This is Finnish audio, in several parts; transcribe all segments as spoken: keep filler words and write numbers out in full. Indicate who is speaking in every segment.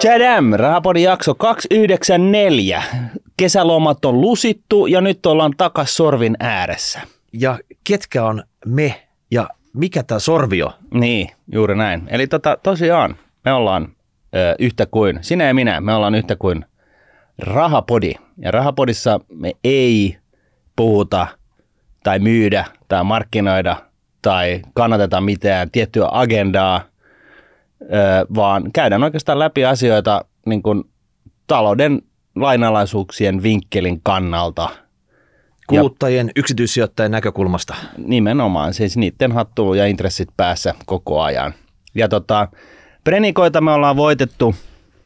Speaker 1: Tadam! Rahapodin jakso kaksisataayhdeksänkymmentäneljä. Kesälomat on lusittu ja nyt ollaan takas sorvin ääressä.
Speaker 2: Ja ketkä on me ja mikä tämä sorvi on?
Speaker 1: Niin, juuri näin. Eli tota, tosiaan me ollaan ö, yhtä kuin, sinä ja minä, me ollaan yhtä kuin Rahapodi. Ja Rahapodissa me ei puhuta tai myydä tai markkinoida tai kannateta mitään tiettyä agendaa, ö, vaan käydään oikeastaan läpi asioita niin kuin talouden lainalaisuuksien vinkkelin kannalta.
Speaker 2: Kuluttajien, ja yksityissijoittajien näkökulmasta.
Speaker 1: Nimenomaan, siis niiden hattu ja intressit päässä koko ajan. Ja tota, prenikoita me ollaan voitettu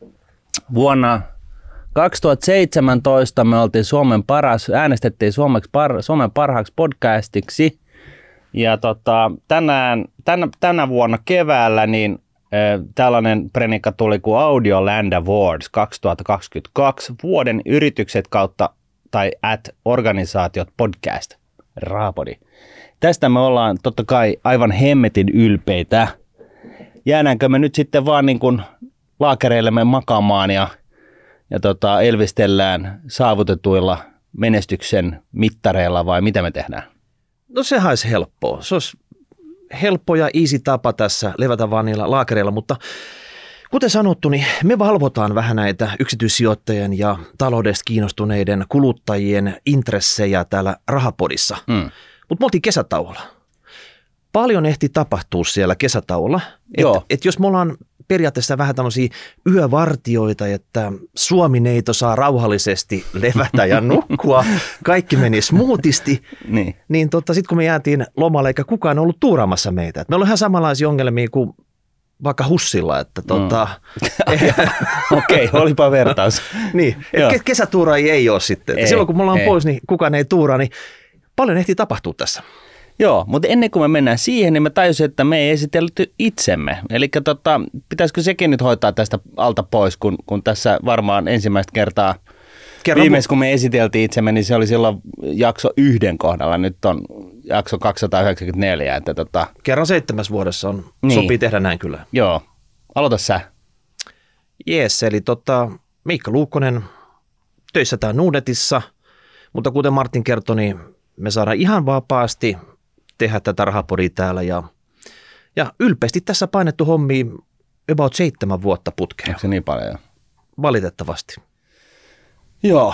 Speaker 1: vuonna kaksituhattaseitsemäntoista. Me oltiin Suomen paras, äänestettiin Suomeksi par, Suomen parhaaksi podcastiksi. Ja tota, tänään, tänä, tänä vuonna keväällä niin äh, tällainen prenikka tuli kuin Audioland Awards kaksituhattakaksikymmentäkaksi. Vuoden yritykset kautta tai at organisaatiot podcast, Rahapodi. Tästä me ollaan totta kai aivan hemmetin ylpeitä. Jäädäänkö me nyt sitten vaan niin kuin laakereillemme makaamaan ja, ja tota, elvistellään saavutetuilla menestyksen mittareilla vai mitä me tehdään?
Speaker 2: No sehän olisi helppoa. Se olisi helppo ja easy tapa tässä levätä vaan niillä laakereilla, mutta kuten sanottu, niin me valvotaan vähän näitä yksityissijoittajien ja taloudesta kiinnostuneiden kuluttajien intressejä täällä Rahapodissa. Mm. Mutta me oltiin kesätauolla. Paljon ehti tapahtua siellä kesätauolla. Että et jos me ollaan periaatteessa vähän tämmöisiä yövartioita, että Suomi-neito saa rauhallisesti levätä ja nukkua, kaikki meni smoothisti, niin, niin tota, sitten kun me jäätiin lomalle, eikä kukaan ollut tuuraamassa meitä. Et meillä on ihan samanlaisia ongelmia kuin vaikka Hussilla, että tota... Mm.
Speaker 1: Okei, okay, olipa vertaus.
Speaker 2: Niin, että kesätuuraajia ei ole sitten. Ei, silloin kun me ollaan ei. pois, niin kukaan ei tuuraa, niin paljon ehtii tapahtua tässä.
Speaker 1: Joo, mutta ennen kuin me mennään siihen, niin mä tajusin, että me ei esitelty itsemme. Eli tota, pitäisikö sekin nyt hoitaa tästä alta pois, kun, kun tässä varmaan ensimmäistä kertaa viimeis, kun me esiteltiin itsemme, niin se oli silloin jakso yhden kohdalla. Nyt on jakso kaksisataayhdeksänkymmentäneljä. Että tota...
Speaker 2: Kerran seitsemäs vuodessa on, niin. Sopii tehdä näin kyllä.
Speaker 1: Joo, aloita sä.
Speaker 2: Jees, eli tota, Miikka Luukkonen töissä täällä Nordnetissä, mutta kuten Martin kertoi, niin me saadaan ihan vapaasti tehdä tätä Rahapodia täällä ja, ja ylpeästi tässä painettu hommiin about seitsemän vuotta putkeen.
Speaker 1: Onko se niin paljon?
Speaker 2: Valitettavasti.
Speaker 1: Joo,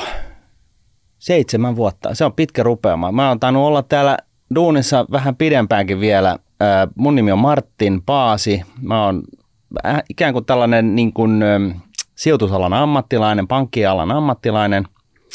Speaker 1: seitsemän vuotta. Se on pitkä rupeama. Mä oon tainnut olla täällä duunissa vähän pidempäänkin vielä. Mun nimi on Martin Paasi. Mä oon ikään kuin tällainen niin kuin, sijoitusalan ammattilainen, pankkialan ammattilainen.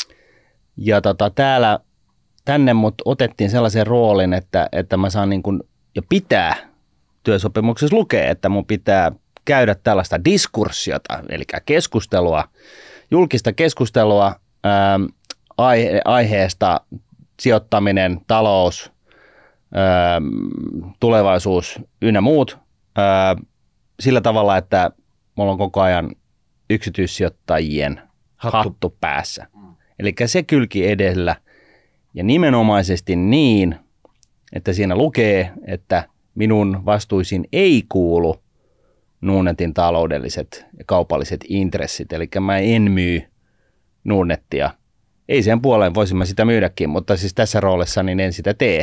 Speaker 1: Ja tota, täällä tänne mut otettiin sellaisen roolin, että, että mä saan niin kuin, ja pitää työsopimuksessa lukea, että mun pitää käydä tällaista diskurssiota, eli keskustelua, julkista keskustelua ää, aihe, aiheesta sijoittaminen, talous, ää, tulevaisuus ynnä muut ää, sillä tavalla, että mulla on koko ajan yksityissijoittajien hattu, hattu päässä. Eli se kylki edellä ja nimenomaisesti niin, että siinä lukee, että minun vastuisin ei kuulu Nordnetin taloudelliset ja kaupalliset intressit, eli mä en myy Nordnetia. Ei sen puoleen, voisin mä sitä myydäkin, mutta siis tässä roolissa niin en sitä tee.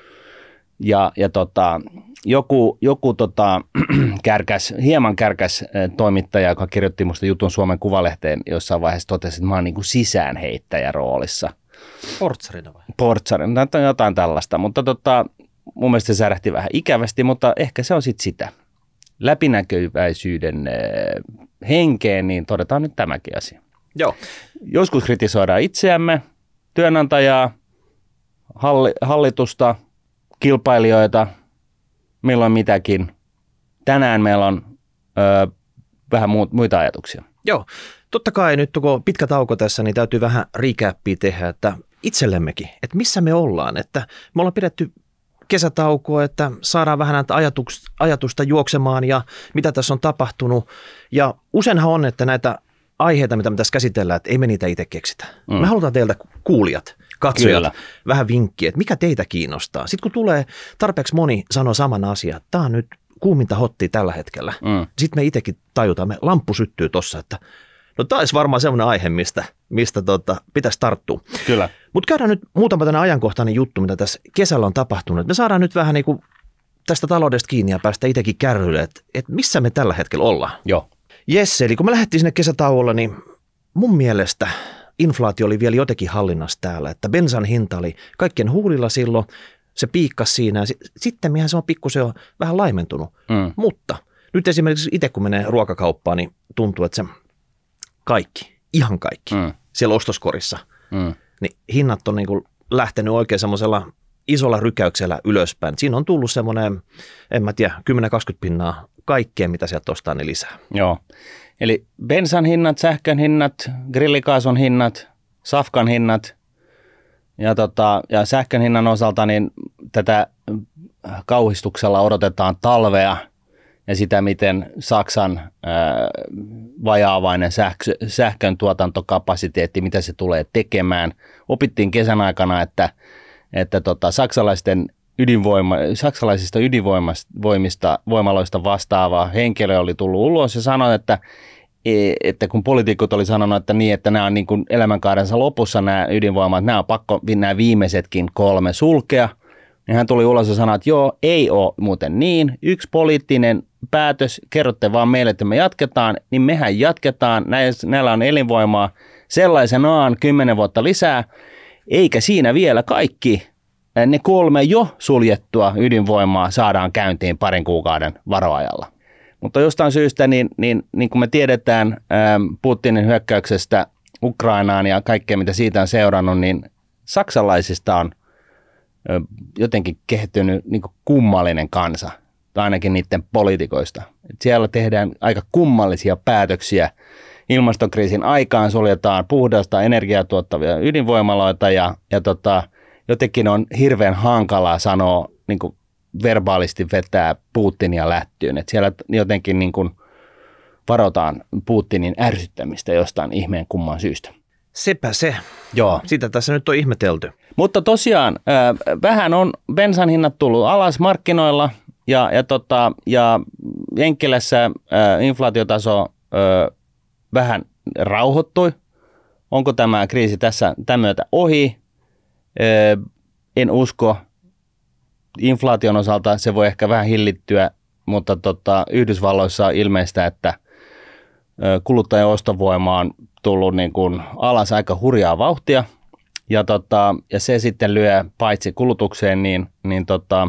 Speaker 1: Ja, ja tota, joku, joku tota, kärkäs, hieman kärkäs toimittaja, joka kirjoitti musta jutun Suomen Kuvalehteen, jossain vaiheessa totesi, että mä oon niin kuin sisäänheittäjä roolissa.
Speaker 2: Portsarina vai?
Speaker 1: Portsarina, tai jotain tällaista, mutta tota, mun mielestä se särähti vähän ikävästi, mutta ehkä se on sitten sitä. Läpinäkyväisyyden henkeen, niin todetaan nyt tämäkin asia.
Speaker 2: Joo.
Speaker 1: Joskus kritisoidaan itseämme, työnantajaa, halli, hallitusta, kilpailijoita, milloin mitäkin. Tänään meillä on ö, vähän muita ajatuksia.
Speaker 2: Joo, totta kai nyt kun pitkä tauko tässä, niin täytyy vähän recappia tehdä, että itsellemmekin, että missä me ollaan. Että me ollaan pidetty kesätaukoa, että saadaan vähän näitä ajatuks, ajatusta juoksemaan ja mitä tässä on tapahtunut. Ja useinhan on, että näitä aiheita, mitä me tässä käsitellään, että ei me niitä itse keksitä. Mm. Me halutaan teiltä kuulijat, katsojat, Kyllä. vähän vinkkiä, että mikä teitä kiinnostaa. Sitten kun tulee tarpeeksi moni sanoo saman asian, että tämä on nyt kuuminta hottia tällä hetkellä. Mm. Sitten me itsekin tajutaan, me lamppu syttyy tossa, että no tämä olisi varmaan semmoinen aihe, mistä, mistä tota, pitäisi tarttua.
Speaker 1: Kyllä.
Speaker 2: Mutta käydään nyt muutama tänne ajankohtainen juttu, mitä tässä kesällä on tapahtunut. Me saadaan nyt vähän niin kuin tästä taloudesta kiinni ja päästä itsekin kärryille, että, että missä me tällä hetkellä ollaan.
Speaker 1: Joo.
Speaker 2: Jes, eli kun me lähdettiin sinne kesätauolla, niin mun mielestä inflaatio oli vielä jotenkin hallinnassa täällä, että bensan hinta oli kaikkien huulilla silloin, se piikkasi siinä ja sitten mihän se on pikkusen on vähän laimentunut. Mm. Mutta nyt esimerkiksi itse kun menee ruokakauppaan, niin tuntuu, että se kaikki, ihan kaikki mm. siellä ostoskorissa, mm. niin hinnat on niin kuin lähtenyt oikein semmoisella isolla rykäyksellä ylöspäin. Siinä on tullut semmoinen, en mä tiedä, kymmenen kaksikymmentä pinnaa kaikkea, mitä sieltä ostaa, niin lisää.
Speaker 1: Joo. Eli bensan hinnat, sähkön hinnat, grillikaasun hinnat, safkan hinnat ja, tota, ja sähkön hinnan osalta niin tätä kauhistuksella odotetaan talvea ja sitä, miten Saksan ää, vajaavainen sähkö, sähkön tuotantokapasiteetti, mitä se tulee tekemään. Opittiin kesän aikana, että, että tota, saksalaisten ydinvoima, saksalaisista ydinvoimista voimaloista vastaava henkilö oli tullut ulos ja sanoi, että, että kun poliitikot oli sanonut, että niin, että nämä on niin kuin elämänkaarensa lopussa nämä ydinvoimat, nämä on pakko nämä viimeisetkin kolme sulkea, niin hän tuli ulos ja sanoi, että joo, ei ole muuten niin, yksi poliittinen päätös, kerrotte vaan meille, että me jatketaan, niin mehän jatketaan, näillä on elinvoimaa sellaisenaan kymmenen vuotta lisää, eikä siinä vielä kaikki. Ne kolme jo suljettua ydinvoimaa saadaan käyntiin parin kuukauden varoajalla. Mutta jostain syystä, niin, niin, niin kuin me tiedetään Putinin hyökkäyksestä Ukrainaan ja kaikkea, mitä siitä on seurannut, niin saksalaisista on jotenkin kehittynyt niin kuin kummallinen kansa, tai ainakin niiden poliitikoista. Et siellä tehdään aika kummallisia päätöksiä. Ilmastokriisin aikaan suljetaan puhdasta energiaa tuottavia ydinvoimaloita ja, ja tota, jotenkin on hirveän hankalaa sanoa, niin kuin verbaalisti vetää Putinia lättyyn. Että siellä jotenkin niin kuin varotaan Putinin ärsyttämistä jostain ihmeen kumman syystä.
Speaker 2: Sepä se.
Speaker 1: Joo.
Speaker 2: Sitä tässä nyt on ihmetelty.
Speaker 1: Mutta tosiaan äh, vähän on bensan hinnat tullut alas markkinoilla ja, ja, tota, ja Jenkkilässä äh, inflaatiotaso äh, vähän rauhoittui. Onko tämä kriisi tässä tämän myötä ohi? Äh, en usko. Inflaation osalta se voi ehkä vähän hillittyä, mutta tota, Yhdysvalloissa on ilmeistä, että kuluttajan ostovoima on tullut niin kuin alas aika hurjaa vauhtia. Ja, tota, ja se sitten lyö paitsi kulutukseen, niin, niin, tota,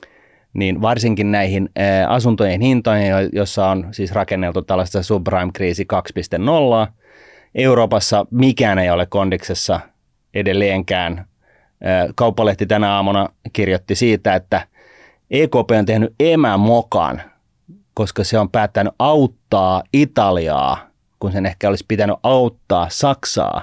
Speaker 1: niin varsinkin näihin ää, asuntojen hintoihin, jossa on siis rakenneltu tällaista subprime-kriisi kaksi piste nolla. Euroopassa mikään ei ole kondiksessa edelleenkään. Kauppalehti tänä aamuna kirjoitti siitä, että E K P on tehnyt emämokan, koska se on päättänyt auttaa Italiaa, kun sen ehkä olisi pitänyt auttaa Saksaa.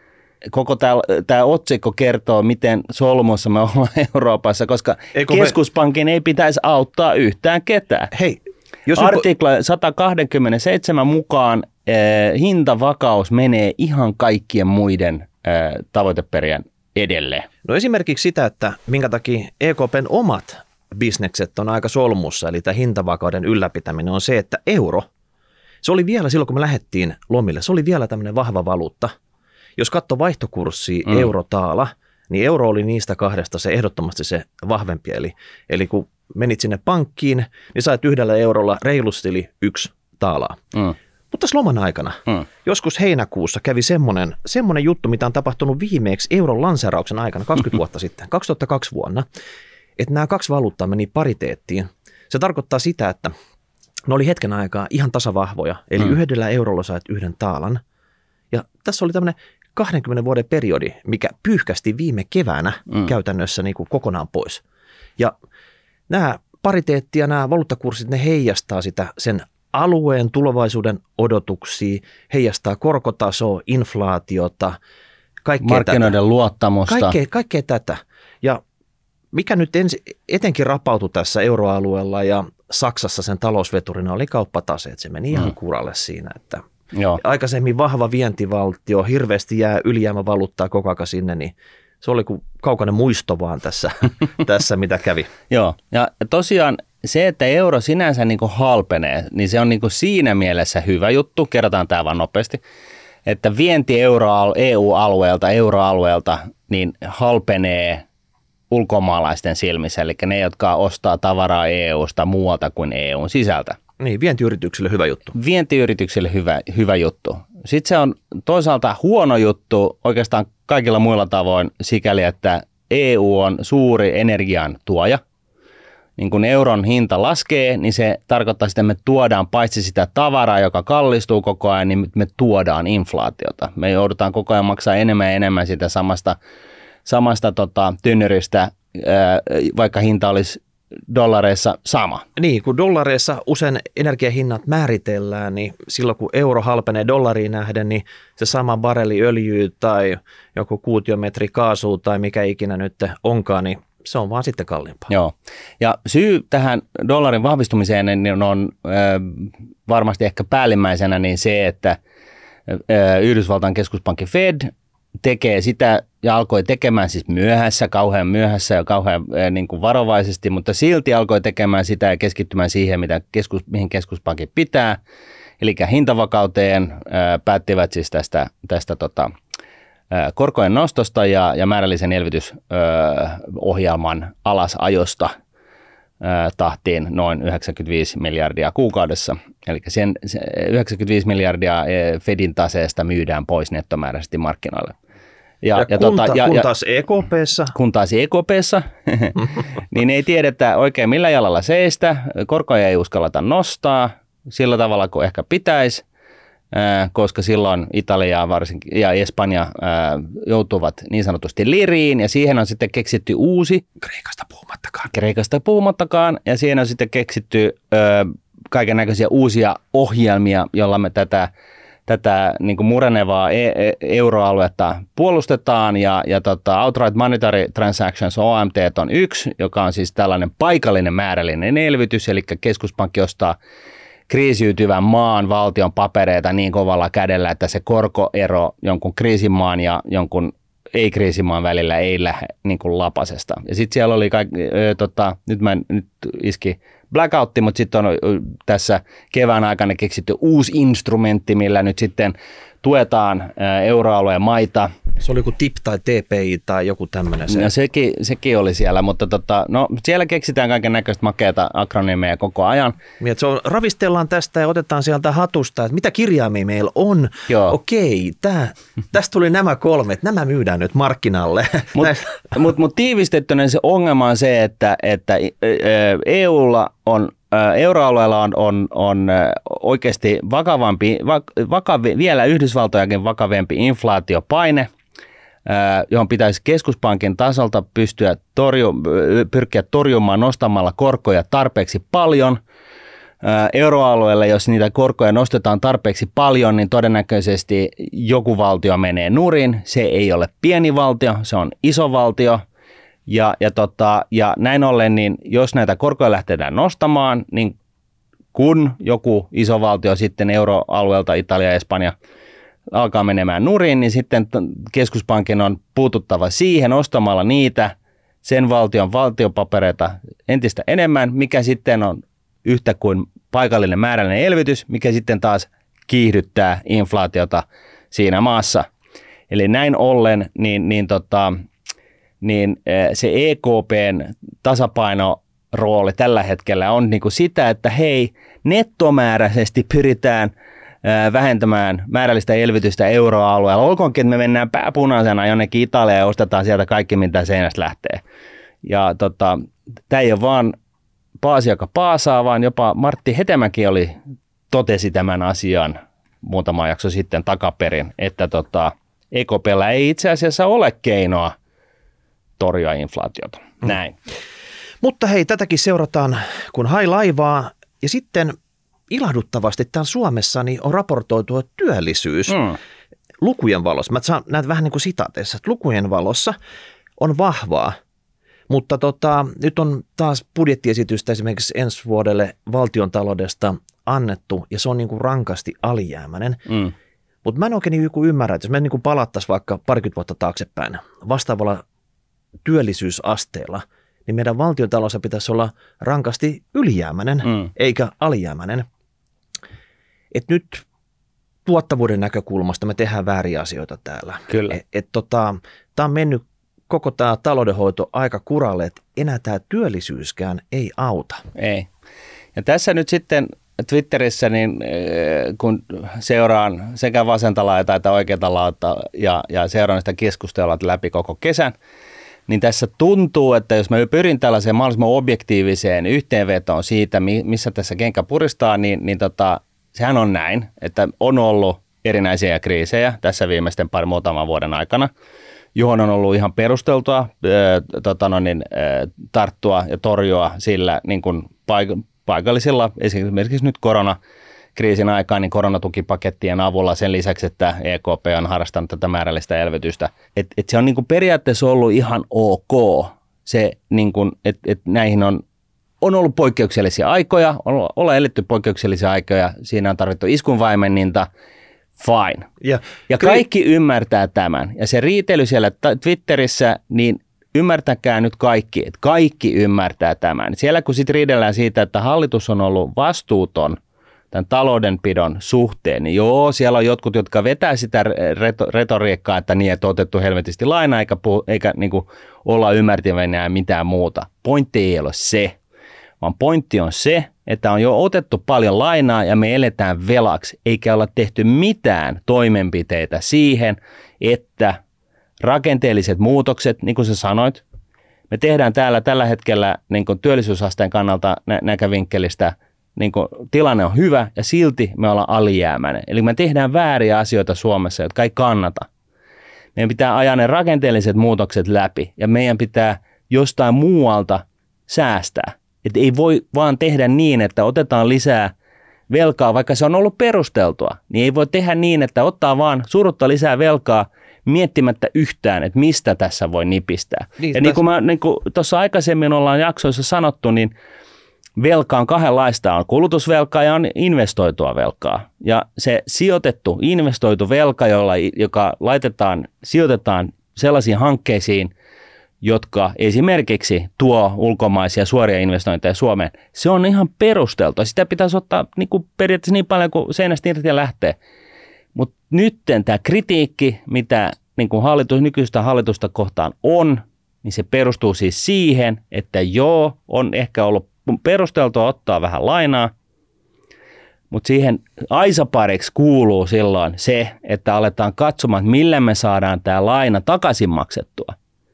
Speaker 1: Koko tämä otsikko kertoo, miten solmussa me ollaan Euroopassa, koska E K P... keskuspankin ei pitäisi auttaa yhtään ketään.
Speaker 2: Hei, jos
Speaker 1: Artikla sata kaksikymmentäseitsemän mukaan eh, hintavakaus menee ihan kaikkien muiden eh, tavoiteperien edelleen.
Speaker 2: No esimerkiksi sitä, että minkä takia E K P:n omat bisnekset on aika solmussa, eli tämä hintavakauden ylläpitäminen on se, että euro, se oli vielä silloin, kun me lähdettiin lomille, se oli vielä tämmöinen vahva valuutta. Jos katsoo vaihtokurssia mm. euro-taala, niin euro oli niistä kahdesta se ehdottomasti se vahvempi. Eli, eli kun menit sinne pankkiin, niin sait yhdellä eurolla reilusti eli yksi taalaa. Mm. Mutta tässä loman aikana, mm. joskus heinäkuussa kävi semmoinen, semmoinen juttu, mitä on tapahtunut viimeksi euron lanseerauksen aikana kaksikymmentä vuotta sitten, kaksituhattakaksi vuonna, että nämä kaksi valuuttaa meni pariteettiin. Se tarkoittaa sitä, että ne oli hetken aikaa ihan tasavahvoja, eli mm. yhdellä eurolla sait yhden taalan. Ja tässä oli tämmöinen kahdenkymmenen vuoden periodi, mikä pyyhkästi viime keväänä mm. käytännössä niin kuin kokonaan pois. Ja nämä pariteetti ja nämä valuuttakurssit, ne heijastaa sitä sen alueen tulevaisuuden odotuksia, heijastaa korkotasoa, inflaatiota, kaikkea
Speaker 1: markkinoiden tätä. luottamusta.
Speaker 2: Kaikkea, kaikkea tätä. Ja mikä nyt ensi, etenkin rapautui tässä euroalueella ja Saksassa sen talousveturina oli kauppatase, että se meni ihan mm. kuralle siinä, että Joo. aikaisemmin vahva vientivaltio, hirveästi jää ylijäämävaluuttaa koko ajan sinne, niin se oli kuin kaukainen muisto vaan tässä, tässä mitä kävi.
Speaker 1: Joo, ja tosiaan se, että euro sinänsä niin kuin halpenee, niin se on niin kuin siinä mielessä hyvä juttu. Kerrotaan tämä vaan nopeasti. Että vienti euro, E U-alueelta, euroalueelta, niin halpenee ulkomaalaisten silmissä, eli ne, jotka ostaa tavaraa E U:sta muualta kuin E U:n sisältä.
Speaker 2: Niin, vientiyrityksille hyvä juttu.
Speaker 1: Vientiyrityksille hyvä, hyvä juttu. Sitten se on toisaalta huono juttu oikeastaan kaikilla muilla tavoin sikäli, että E U on suuri energian tuoja. Niin kun euron hinta laskee, niin se tarkoittaa sitä, että me tuodaan paitsi sitä tavaraa, joka kallistuu koko ajan, niin me tuodaan inflaatiota. Me joudutaan koko ajan maksaa enemmän ja enemmän sitä samasta, samasta tota, tynnyristä, ää, vaikka hinta olisi dollareissa sama.
Speaker 2: Niin, kun dollareissa usein energiahinnat määritellään, niin silloin kun euro halpenee dollariin nähden, niin se sama barreli öljyä tai joku kuutiometri kaasua tai mikä ikinä nyt onkaan, niin se on vaan sitten kalliimpaa.
Speaker 1: Joo, ja syy tähän dollarin vahvistumiseen niin on äh, varmasti ehkä päällimmäisenä niin se, että äh, Yhdysvaltain keskuspankki Fed tekee sitä ja alkoi tekemään siis myöhässä, kauhean myöhässä ja kauhean äh, niin kuin varovaisesti, mutta silti alkoi tekemään sitä ja keskittymään siihen, mitä keskus, mihin keskuspankki pitää, eli hintavakauteen, äh, päättivät siis tästä, tästä tota, korkojen nostosta ja, ja määrällisen elvytysohjelman alasajosta ö, tahtiin noin yhdeksänkymmentäviisi miljardia kuukaudessa. Eli sen se yhdeksänkymmentäviisi miljardia Fedin taseesta myydään pois nettomääräisesti markkinoille.
Speaker 2: Ja, ja, ja, kun, tota, ja, kun taas E K P:ssä?
Speaker 1: Kun taas E K P:ssä, niin ei tiedetä oikein millä jalalla seistä. Korkoja ei uskalleta nostaa sillä tavalla kuin ehkä pitäisi. Koska silloin Italia varsinkin ja Espanja ää, joutuvat niin sanotusti liriin ja siihen on sitten keksitty uusi.
Speaker 2: Kreikasta puhumattakaan.
Speaker 1: Kreikasta puhumattakaan ja siihen on sitten keksitty kaiken näköisiä uusia ohjelmia, joilla me tätä, tätä niin kuin murenevaa e- e- euroaluetta puolustetaan ja, ja tota, Outright Monetary Transactions O M T on yksi, joka on siis tällainen paikallinen määrällinen elvytys, eli keskuspankki ostaa kriisiytyvän maan valtion papereita niin kovalla kädellä, että se korkoero jonkun kriisimaan ja jonkun ei-kriisimaan välillä ei lähde niin kuin lapasesta. Ja sitten siellä oli kaikki, ö, tota, nyt mä nyt iski blackoutti, mutta sitten on tässä kevään aikana keksitty uusi instrumentti, millä nyt sitten tuetaan euroalueen maita.
Speaker 2: Se oli joku T I P tai T P I tai joku tämmöinen. Se.
Speaker 1: No sekin, sekin oli siellä, mutta tota, no, siellä keksitään kaiken näköistä makeata akronymeja koko ajan.
Speaker 2: Niin, se on, ravistellaan tästä ja otetaan sieltä hatusta, että mitä kirjaimia meillä on. Joo. Okei, tää, tästä tuli nämä kolme, että nämä myydään nyt markkinalle.
Speaker 1: Mutta mut, mut tiivistettynä se ongelma on se, että, että E U:lla on euroalueella on, on, on oikeasti vakavampi, vakavi, vielä Yhdysvaltojakin vakavempi inflaatiopaine, johon pitäisi keskuspankin tasolta pystyä torju, pyrkiä torjumaan nostamalla korkoja tarpeeksi paljon. Euroalueella, jos niitä korkoja nostetaan tarpeeksi paljon, niin todennäköisesti joku valtio menee nurin. Se ei ole pieni valtio, se on iso valtio. Ja, ja, tota, ja näin ollen, niin jos näitä korkoja lähdetään nostamaan, niin kun joku iso valtio sitten euroalueelta, Italia ja Espanja, alkaa menemään nurin, niin sitten keskuspankin on puututtava siihen ostamalla niitä sen valtion valtiopapereita entistä enemmän, mikä sitten on yhtä kuin paikallinen määrällinen elvytys, mikä sitten taas kiihdyttää inflaatiota siinä maassa. Eli näin ollen, niin, niin tota, niin se E K P:n tasapainorooli tällä hetkellä on niin kuin sitä, että hei, nettomääräisesti pyritään vähentämään määrällistä elvytystä euroalueella. Olkoonkin, että me mennään pääpunaisena jonnekin Italiaan ja ostetaan sieltä kaikki, mitä seinästä lähtee. Ja tota, tämä ei ole vaan Paasi, joka paasaa, vaan jopa Martti Hetemäki oli, totesi tämän asian muutama jakso sitten takaperin, että tota, E K P:llä ei itse asiassa ole keinoa torjua inflaatiota. Näin. Mm.
Speaker 2: Mutta hei, tätäkin seurataan kun hai laivaa ja sitten ilahduttavasti täällä Suomessa niin on raportoitu työllisyys mm. lukujen valossa. Mä saan näitä vähän niin kuin sitaateissa, että lukujen valossa on vahvaa, mutta tota, nyt on taas budjettiesitystä esimerkiksi ensi vuodelle valtiontaloudesta annettu ja se on niin kuin rankasti alijäämäinen. Mm. Mutta mä en oikein niin ymmärrä, että jos me niin palattaisiin vaikka parikymmentä vuotta taaksepäin vastaavalla työllisyysasteella, niin meidän valtiontalous pitäisi olla rankasti ylijäämäinen, mm. eikä alijäämäinen. Et nyt tuottavuuden näkökulmasta me tehdään vääriä asioita täällä.
Speaker 1: Kyllä.
Speaker 2: Et, et tota, tämä on mennyt koko tämä taloudenhoito aika kuralle, että enää tämä työllisyyskään ei auta.
Speaker 1: Ei. Ja tässä nyt sitten Twitterissä, niin kun seuraan sekä vasenta laitaa että oikeata laitaa ja, ja seuraan sitä keskustelua läpi koko kesän, niin tässä tuntuu, että jos mä pyrin tällaiseen mahdollisimman objektiiviseen yhteenvetoon siitä, missä tässä kenkä puristaa, niin, niin tota, sehän on näin, että on ollut erinäisiä kriisejä tässä viimeisten pari muutaman vuoden aikana, johon on ollut ihan perusteltua äh, tota no niin, äh, tarttua ja torjua sillä niin kuin paik- paikallisilla, esimerkiksi nyt koronakriisin aikaan, niin koronatukipakettien avulla sen lisäksi, että E K P on harrastanut tätä määrällistä elvytystä. Et, et se on niin kuin periaatteessa ollut ihan ok, se, niin kuin, että et näihin on, on ollut poikkeuksellisia aikoja, on, ollaan eletty poikkeuksellisia aikoja, siinä on tarvittu iskunvaimenninta, fine. Ja, ja kaikki ymmärtää tämän. Ja se riitely siellä Twitterissä, niin ymmärtäkää nyt kaikki, että kaikki ymmärtää tämän. Siellä kun sitten riidellään siitä, että hallitus on ollut vastuuton tämän taloudenpidon suhteen, niin joo, siellä on jotkut, jotka vetää sitä reto, retoriikkaa, että niin, että on otettu helvetisti lainaa, eikä, puhu, eikä niin kuin olla ymmärtävänä mitään muuta. Pointti ei ole se, vaan pointti on se, että on jo otettu paljon lainaa ja me eletään velaksi, eikä olla tehty mitään toimenpiteitä siihen, että rakenteelliset muutokset, niin kuin sä sanoit, me tehdään täällä tällä hetkellä niin kuin työllisyysasteen kannalta nä- näkövinkkelistä, niin kuin tilanne on hyvä ja silti me ollaan alijäämäinen. Eli me tehdään vääriä asioita Suomessa, jotka ei kannata. Meidän pitää ajaa ne rakenteelliset muutokset läpi ja meidän pitää jostain muualta säästää. Että ei voi vaan tehdä niin, että otetaan lisää velkaa, vaikka se on ollut perusteltua. Niin ei voi tehdä niin, että ottaa vaan surutta lisää velkaa miettimättä yhtään, että mistä tässä voi nipistää. Niin, ja niin kuin, mä, niin kuin tuossa aikaisemmin ollaan jaksoissa sanottu, niin velka on kahdenlaista. On kulutusvelkaa ja on investoitua velkaa. Ja se sijoitettu, investoitu velka, jolla, joka laitetaan, sijoitetaan sellaisiin hankkeisiin, jotka esimerkiksi tuo ulkomaisia suoria investointeja Suomeen, se on ihan perusteltua. Sitä pitäisi ottaa niin kuin periaatteessa niin paljon kuin seinästä irti ja lähtee. Mutta nyt tämä kritiikki, mitä niin kuin hallitus, nykyistä hallitusta kohtaan on, niin se perustuu siis siihen, että joo, on ehkä ollut perusteltua ottaa vähän lainaa, mutta siihen aisapariksi kuuluu silloin se, että aletaan katsomaan, millä me saadaan tämä laina takaisin maksettua.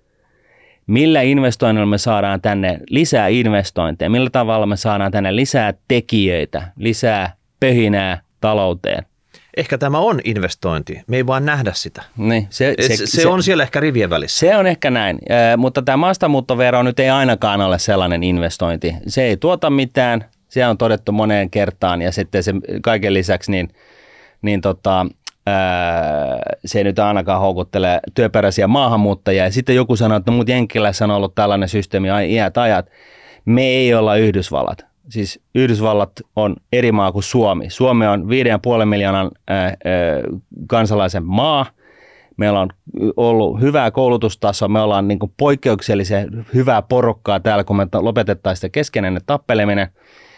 Speaker 1: Millä investoinnilla me saadaan tänne lisää investointeja, millä tavalla me saadaan tänne lisää tekijöitä, lisää pöhinää talouteen.
Speaker 2: Ehkä tämä on investointi, me ei vaan nähdä sitä.
Speaker 1: Niin, se,
Speaker 2: se, se, se on siellä ehkä rivien välissä.
Speaker 1: Se on ehkä näin, äh, mutta tämä maastamuuttovero nyt ei ainakaan ole sellainen investointi. Se ei tuota mitään, se on todettu moneen kertaan ja sitten se kaiken lisäksi niin, niin tota, se ei nyt ainakaan houkuttele työperäisiä maahanmuuttajia. Ja sitten joku sanoo, että no, mut Jenkkilässä on ollut tällainen systeemi ai iät ajat. Me ei olla Yhdysvallat. Siis Yhdysvallat on eri maa kuin Suomi. Suomi on viiden ja puolen miljoonan ää, ää, kansalaisen maa. Meillä on ollut hyvää koulutustasoa. Me ollaan niin kuin poikkeuksellisen hyvää porukkaa täällä, kun me lopetettaisiin sitä keskeinen tappeleminen.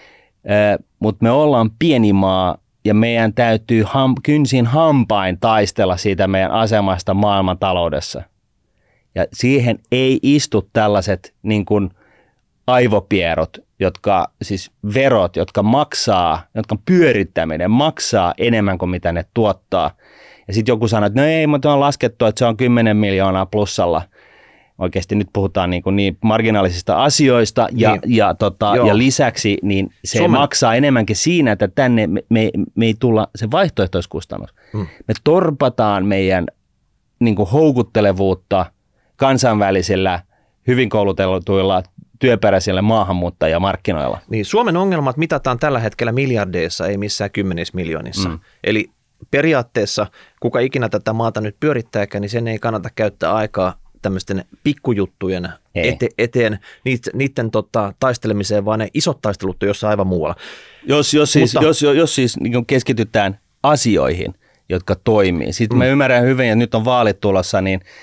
Speaker 1: Mutta me ollaan pieni maa. Ja meidän täytyy ham, kynsin hampain taistella siitä meidän asemasta maailmantaloudessa. Ja siihen ei istu tällaiset niin kuin aivopierot, jotka siis verot, jotka maksaa, jotka pyörittäminen maksaa enemmän kuin mitä ne tuottaa. Ja sitten joku sanoo, että no ei, mutta on laskettu, että se on kymmenen miljoonaa plussalla. Oikeasti nyt puhutaan niin, kuin niin marginaalisista asioista ja, niin. ja, tota, ja lisäksi niin se Suomen maksaa enemmänkin siinä, että tänne me, me, me ei tulla se vaihtoehtoiskustannus. Hmm. Me torpataan meidän niin kuin houkuttelevuutta kansainvälisillä hyvin koulutetuilla työperäisillä maahanmuuttajamarkkinoilla.
Speaker 2: Niin, Suomen ongelmat mitataan tällä hetkellä miljardeissa, ei missään kymmenissä miljoonissa. Hmm. Eli periaatteessa kuka ikinä tätä maata nyt pyörittääkään, niin sen ei kannata käyttää aikaa tämmöisten pikkujuttujen ete, eteen, niiden, niiden tota, taistelemiseen, vaan ne isot taistelut on jossain aivan muualla.
Speaker 1: Jos, jos siis, Mutta, jos, jos siis niin keskitytään asioihin, jotka toimii. Sitten mm. mä ymmärrän hyvin, että nyt on vaalit tulossa, niin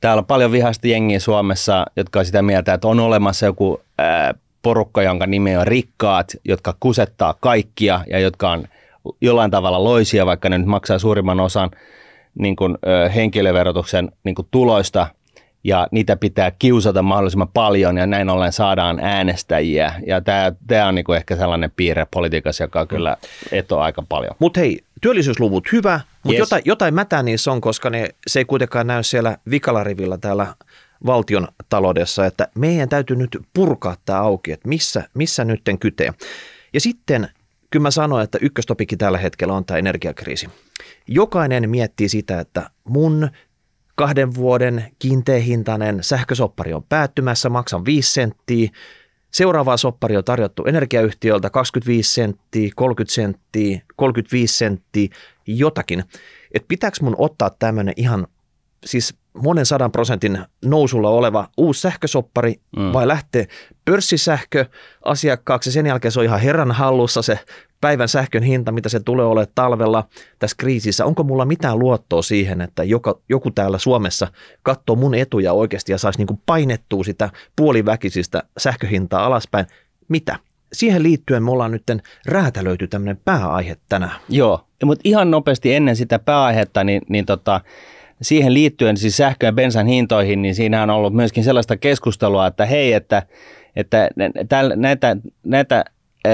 Speaker 1: täällä on paljon vihasta jengiä Suomessa, jotka on sitä mieltä, että on olemassa joku ää, porukka, jonka nimi on rikkaat, jotka kusettaa kaikkia ja jotka on jollain tavalla loisia, vaikka ne nyt maksaa suurimman osan niin kuin, ö, henkilöverotuksen niin kuin tuloista, ja niitä pitää kiusata mahdollisimman paljon, ja näin ollen saadaan äänestäjiä. Ja tämä, tämä on niin kuin ehkä sellainen piirre politiikassa, joka kyllä etoo aika paljon.
Speaker 2: Mutta hei, työllisyysluvut hyvä, mutta
Speaker 1: Yes.
Speaker 2: jotain, jotain mätää niissä on, koska ne, se ei kuitenkaan näy siellä vikalarivilla täällä valtion taloudessa, että meidän täytyy nyt purkaa tämä auki, että missä, missä nytten kytee. Ja sitten kyllä mä sanoin, että ykköstopikki tällä hetkellä on tämä energiakriisi. Jokainen miettii sitä, että mun kahden vuoden kiinteähintainen sähkösoppari on päättymässä, maksan viisi senttiä. Seuraavaa soppari on tarjottu energiayhtiöltä kaksikymmentäviisi senttiä, kolmekymmentä senttiä, kolmekymmentäviisi senttiä, jotakin. Että pitääkö mun ottaa tämmöinen ihan siis monen sadan prosentin nousulla oleva uusi sähkösoppari mm. vai lähtee pörssisähkö asiakkaaksi. Sen jälkeen se on ihan herran hallussa se päivän sähkön hinta, mitä se tulee olemaan talvella tässä kriisissä. Onko mulla mitään luottoa siihen, että joka, joku täällä Suomessa katsoo mun etuja oikeasti ja saisi niin kuin painettua sitä puoliväkisistä sähköhintaa alaspäin? Mitä? Siihen liittyen me ollaan nyt räätälöity tämmöinen pääaihe tänään.
Speaker 1: Joo, mutta ihan nopeasti ennen sitä pääaihetta, niin, niin tota, siihen liittyen siis sähkö- ja bensan hintoihin, niin siinä on ollut myöskin sellaista keskustelua, että hei, että, että näitä, näitä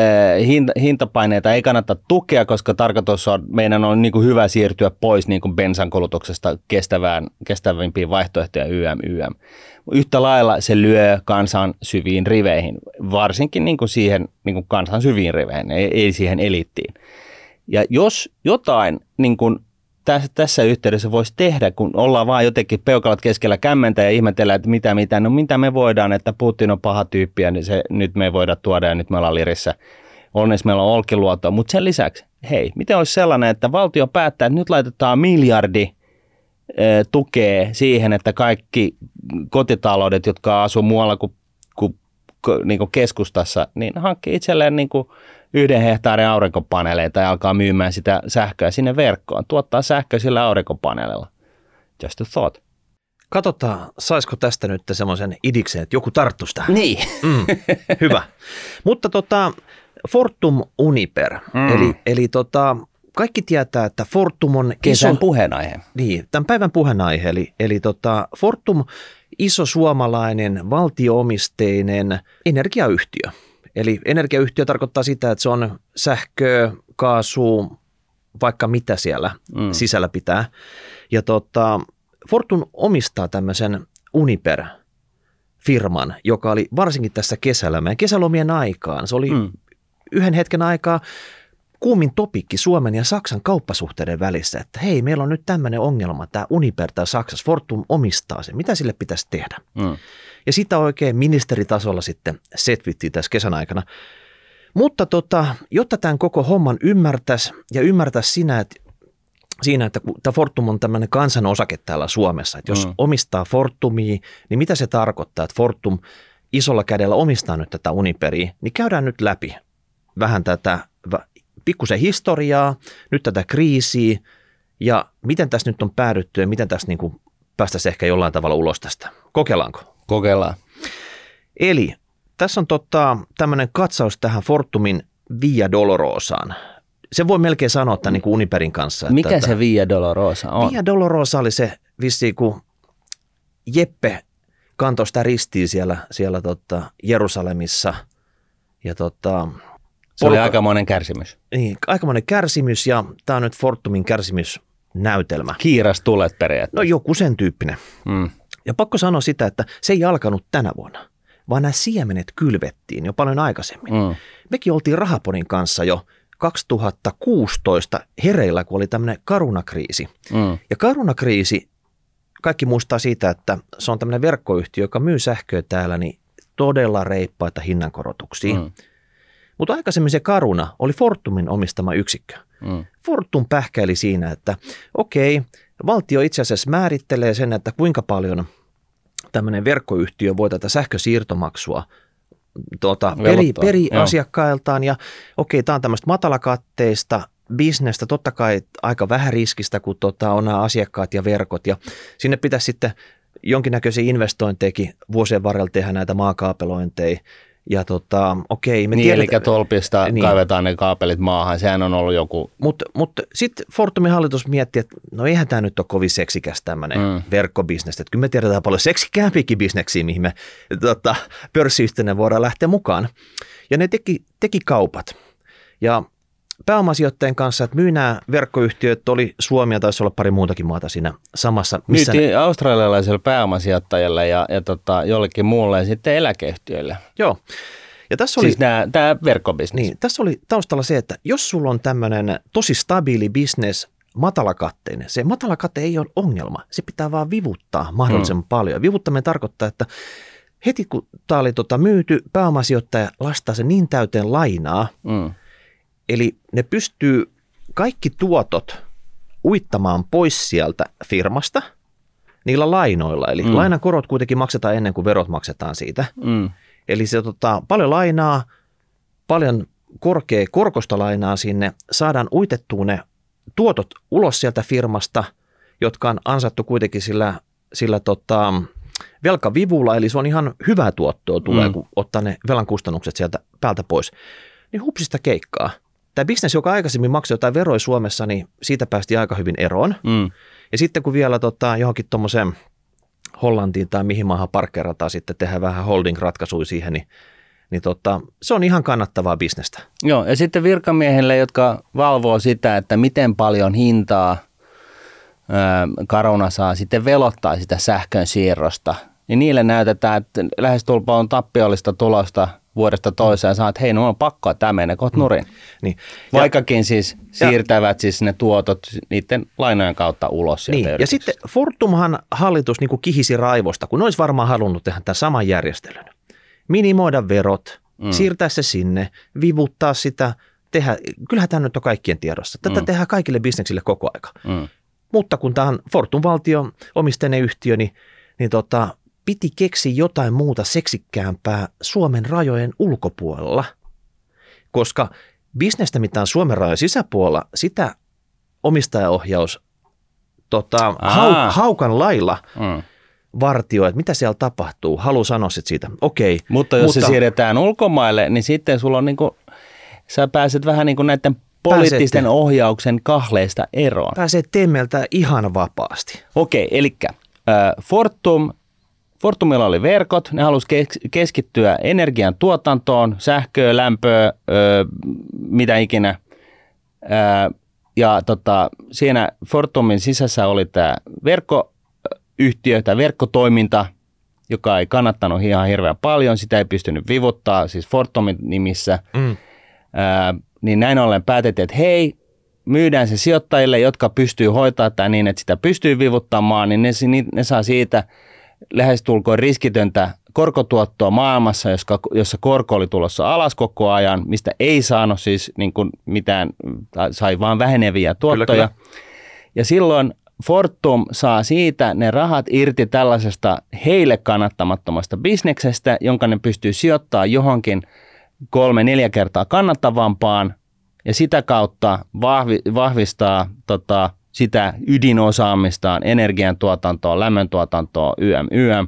Speaker 1: hintapaineita ei kannata tukea, koska tarkoitus on, meidän on niin kuin hyvä siirtyä pois niin kuin bensan kulutuksesta kestävään, kestävämpiin vaihtoehtoja ym, ym. Yhtä lailla se lyö kansan syviin riveihin, varsinkin niin kuin siihen niin kuin kansan syviin riveihin, ei, ei siihen eliittiin. Ja jos jotain niin kuin tässä, tässä yhteydessä voisi tehdä, kun ollaan vaan jotenkin peukalat keskellä kämmentä ja ihmetellään, että mitä, mitä, no mitä me voidaan, että Putin on paha tyyppi ja niin se, nyt me ei voida tuoda ja nyt me ollaan lirissä. Onneksi meillä on Olkiluotoa, mutta sen lisäksi, hei, miten olisi sellainen, että valtio päättää, että nyt laitetaan miljardi e, tukea siihen, että kaikki kotitaloudet, jotka asuu muualla kuin, kuin, niin kuin keskustassa, niin hankkii itselleen niin kuin yhden hehtaarin aurinkopaneeleita ja alkaa myymään sitä sähköä sinne verkkoon. Tuottaa sähköä sillä aurinkopaneelilla. Just a thought.
Speaker 2: Katsotaan, saisiko tästä nyt semmoisen idiksen, että joku tarttuisi tähän.
Speaker 1: Niin.
Speaker 2: Mm, hyvä. Mutta tota, Fortum Uniper, mm. eli, eli tota, kaikki tietää, että Fortum on
Speaker 1: kesän
Speaker 2: iso
Speaker 1: puheenaihe.
Speaker 2: Niin, tämän päivän puheenaihe, eli, eli tota, Fortum iso suomalainen valtio-omisteinen energiayhtiö. Eli energiayhtiö tarkoittaa sitä, että se on sähkö, kaasu, vaikka mitä siellä mm. sisällä pitää. Ja tota, Fortum omistaa tämmöisen Uniper-firman, joka oli varsinkin tässä kesällä, meidän kesälomien aikaan. Se oli mm. yhden hetken aikaa kuumin topikki Suomen ja Saksan kauppasuhteiden välissä, että hei, meillä on nyt tämmöinen ongelma, tämä Uniper tai Saksassa, Fortum omistaa sen, mitä sille pitäisi tehdä? Mm. Ja sitä oikein ministeritasolla sitten setvittiin tässä kesän aikana. Mutta tota, jotta tämän koko homman ymmärtäisi ja ymmärtäisi siinä, että, siinä, että kun tämä Fortum on tämmöinen kansanosake täällä Suomessa, että jos mm. omistaa Fortumia, niin mitä se tarkoittaa, että Fortum isolla kädellä omistaa nyt tätä Uniperia, niin käydään nyt läpi vähän tätä pikkusen historiaa, nyt tätä kriisiä ja miten tässä nyt on päädytty ja miten tässä niin kuin päästäisiin ehkä jollain tavalla ulos tästä. Kokeillaanko?
Speaker 1: Kokeillaan.
Speaker 2: Eli tässä on tota, tämmöinen katsaus tähän Fortumin Via Dolorosaan. Se voi melkein sanoa tämän niin kuin Uniperin kanssa. Että
Speaker 1: mikä
Speaker 2: tätä,
Speaker 1: se Via Dolorosa on?
Speaker 2: Via Dolorosa oli se vissiin, kun Jeppe kantoi sitä ristiin siellä, siellä tota Jerusalemissa. Ja tota,
Speaker 1: se oli aikamoinen kärsimys.
Speaker 2: Niin, aikamoinen kärsimys ja tämä on nyt Fortumin kärsimysnäytelmä.
Speaker 1: Kiiras tulet periaatteessa.
Speaker 2: No joku sen tyyppinen.
Speaker 1: Mm.
Speaker 2: Ja pakko sanoa sitä, että se ei alkanut tänä vuonna, vaan nämä siemenet kylvettiin jo paljon aikaisemmin. Mm. Mekin oltiin Rahaponin kanssa jo kaksituhattakuusitoista hereillä, kun oli tämmöinen Caruna-kriisi. Mm. Ja Caruna-kriisi, kaikki muistaa siitä, että se on tämmöinen verkkoyhtiö, joka myy sähköä täällä, niin todella reippaita hinnankorotuksia. Mm. Mutta aikaisemmin se Caruna oli Fortumin omistama yksikkö. Mm. Fortum pähkäili siinä, että okei, valtio itse asiassa määrittelee sen, että kuinka paljon tämmöinen verkkoyhtiö voi tätä sähkösiirtomaksua tuota, peri, peri asiakkailtaan. Ja okei, tämä on tämmöistä matalakatteista bisnestä, totta kai aika vähän riskistä, kun tota, on nämä asiakkaat ja verkot. Ja sinne pitäisi sitten jonkinnäköisiä investointejakin vuosien varrella tehdään näitä maakaapelointeja. Ja tota, okei, me
Speaker 1: niin,
Speaker 2: tiedetään,
Speaker 1: eli tolpista
Speaker 2: niin.
Speaker 1: kaivetaan ne kaapelit maahan, sehän on ollut joku...
Speaker 2: Mutta mut, sitten Fortumin hallitus mietti, että no eihän tämä nyt ole kovin seksikäs tämmöinen mm. verkkobisnes, että kyllä me tiedetään paljon seksikäämpiäkin bisneksiä, mihin me tota, pörssiyhtiönä voidaan lähteä mukaan. Ja ne teki, teki kaupat. Ja pääomasijoittajien kanssa, että myy nämä verkkoyhtiöt, oli Suomi ja taisi olla pari muutakin maata siinä samassa. Missä
Speaker 1: myytiin
Speaker 2: ne...
Speaker 1: australialaiselle pääomasijoittajalle ja, ja tota, jollekin muulle ja sitten eläkeyhtiöille.
Speaker 2: Joo. Ja tässä oli,
Speaker 1: siis nämä, tämä verkkobisnes.
Speaker 2: Niin, tässä oli taustalla se, että jos sulla on tämmöinen tosi stabiili bisnes, matalakatteinen, se matalakatte ei ole ongelma. Se pitää vaan vivuttaa mahdollisimman hmm. paljon. Vivuttaminen tarkoittaa, että heti kun tämä oli tota myyty, pääomasijoittaja lastaa se niin täyteen lainaa, hmm. eli ne pystyy kaikki tuotot uittamaan pois sieltä firmasta niillä lainoilla. Eli hmm. lainan korot kuitenkin maksetaan ennen kuin verot maksetaan siitä. Hmm. Eli se tota, paljon lainaa, paljon korkea korkosta lainaa sinne, saadaan uitettua ne tuotot ulos sieltä firmasta, jotka on ansattu kuitenkin sillä, sillä tota, velkavivulla, eli se on ihan hyvää tuottoa tulee, mm. kun ottaa ne velan kustannukset sieltä päältä pois. Niin hupsista keikkaa. Tämä bisnes, joka aikaisemmin maksoi jotain veroja Suomessa, niin siitä päästiin aika hyvin eroon. Mm. Ja sitten kun vielä tota, johonkin tuommoiseen Hollantiin tai mihin maahan parkkeerataan sitten tehdään vähän holding-ratkaisuja siihen, niin, niin tota, se on ihan kannattavaa bisnestä.
Speaker 1: Joo, ja sitten virkamiehille, jotka valvoo sitä, että miten paljon hintaa ää, Caruna saa sitten velottaa sitä sähkön siirrosta, niin niille näytetään, että lähestulkoon on tappiollista tulosta vuodesta toiseen, ja sanoo, että hei, no on pakko, tämä menee kohta nurin. Mm. Niin. Vaikkakin siis siirtävät ja, siis ne tuotot niiden lainojen kautta ulos.
Speaker 2: Niin. Ja sitten Fortumhan hallitus niin kuin kihisi raivosta, kun ne olisi varmaan halunnut tehdä tämän saman järjestelyn. Minimoida verot, mm. siirtää se sinne, vivuttaa sitä, tehdä, kyllähän tämä nyt on kaikkien tiedossa. Tätä mm. tehdään kaikille bisneksille koko aika. Mm. Mutta kun tämä on Fortum valtio omisteinen yhtiö, niin, niin tota, piti keksiä jotain muuta seksikkäämpää Suomen rajojen ulkopuolella, koska bisnestä, mitä on Suomen rajojen sisäpuolella, sitä omistajaohjaus tota, hau, haukan lailla mm. vartioi, että mitä siellä tapahtuu, haluaa sanoa sit siitä, okei.
Speaker 1: Mutta jos mutta, se siirretään ulkomaille, niin sitten sulla on niinku, sä pääset vähän niin kuin näiden poliittisten pääsette, ohjauksen kahleista eroon.
Speaker 2: Pääsee temmeltä ihan vapaasti.
Speaker 1: Okei, eli äh, Fortum, Fortumilla oli verkot, ne halusi keskittyä energian tuotantoon, sähköä, lämpöä, äh, mitä ikinä. Äh, ja tota, siinä Fortumin sisässä oli tämä verkkoyhtiö, tämä verkkotoiminta, joka ei kannattanut ihan hirveän paljon, sitä ei pystynyt vivuttaa, siis Fortumin nimissä. Mm. Ää, niin näin ollen päätettiin, että hei, myydään se sijoittajille, jotka pystyy hoitamaan tämä niin, että sitä pystyy vivuttamaan, niin ne, ne saa siitä lähestulkoon riskitöntä korkotuottoa maailmassa, jossa, jossa korko oli tulossa alas koko ajan, mistä ei saanut siis niin kuin mitään, sai vaan väheneviä tuottoja. Kyllä, kyllä. Ja silloin Fortum saa siitä ne rahat irti tällaisesta heille kannattamattomasta bisneksestä, jonka ne pystyy sijoittamaan johonkin kolme, neljä kertaa kannattavampaan ja sitä kautta vahvi, vahvistaa tota, sitä ydinosaamistaan energiantuotantoon, lämmöntuotantoon, ym, ym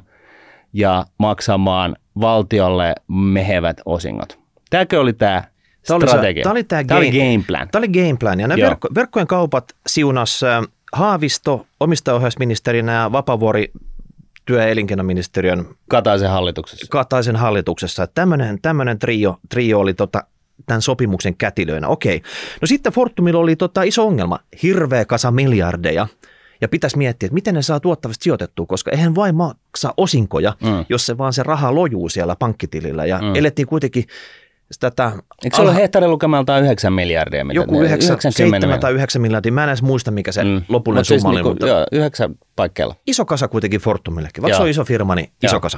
Speaker 1: ja maksamaan valtiolle mehevät osingot. Tämäkö oli tämä strategia?
Speaker 2: Tämä oli tämä
Speaker 1: game,
Speaker 2: game,
Speaker 1: game plan.
Speaker 2: Tämä oli game plan ja nämä verkko, verkkojen kaupat siunas Haavisto omistajaohjausministerinä ja Vapaavuori työ- ja elinkeinoministeriön
Speaker 1: Kataisen hallituksessa.
Speaker 2: Kataisen hallituksessa. Tämmöinen, tämmöinen trio, trio oli tota, tämän sopimuksen kätilöinä. Okei. No sitten Fortumilla oli tota iso ongelma, hirveä kasa miljardeja. Ja pitäisi miettiä, että miten ne saa tuottavasti sijoitettua, koska eihän vain maksa osinkoja, mm. jos se vaan se raha lojuu siellä pankkitilillä. Ja mm. elettiin kuitenkin tätä...
Speaker 1: Eikö se ole hehtaarilukemaltaan yhdeksän miljardia? Mitä
Speaker 2: joku yhdeksän, seitsemän tai yhdeksän miljardia. Mä en edes muista, mikä se mm. lopullinen summa oli.
Speaker 1: Siis niinku, joo, yhdeksän paikkeilla.
Speaker 2: Iso kasa kuitenkin Fortumillekin. Vaikka se on iso firma, niin iso joo. kasa.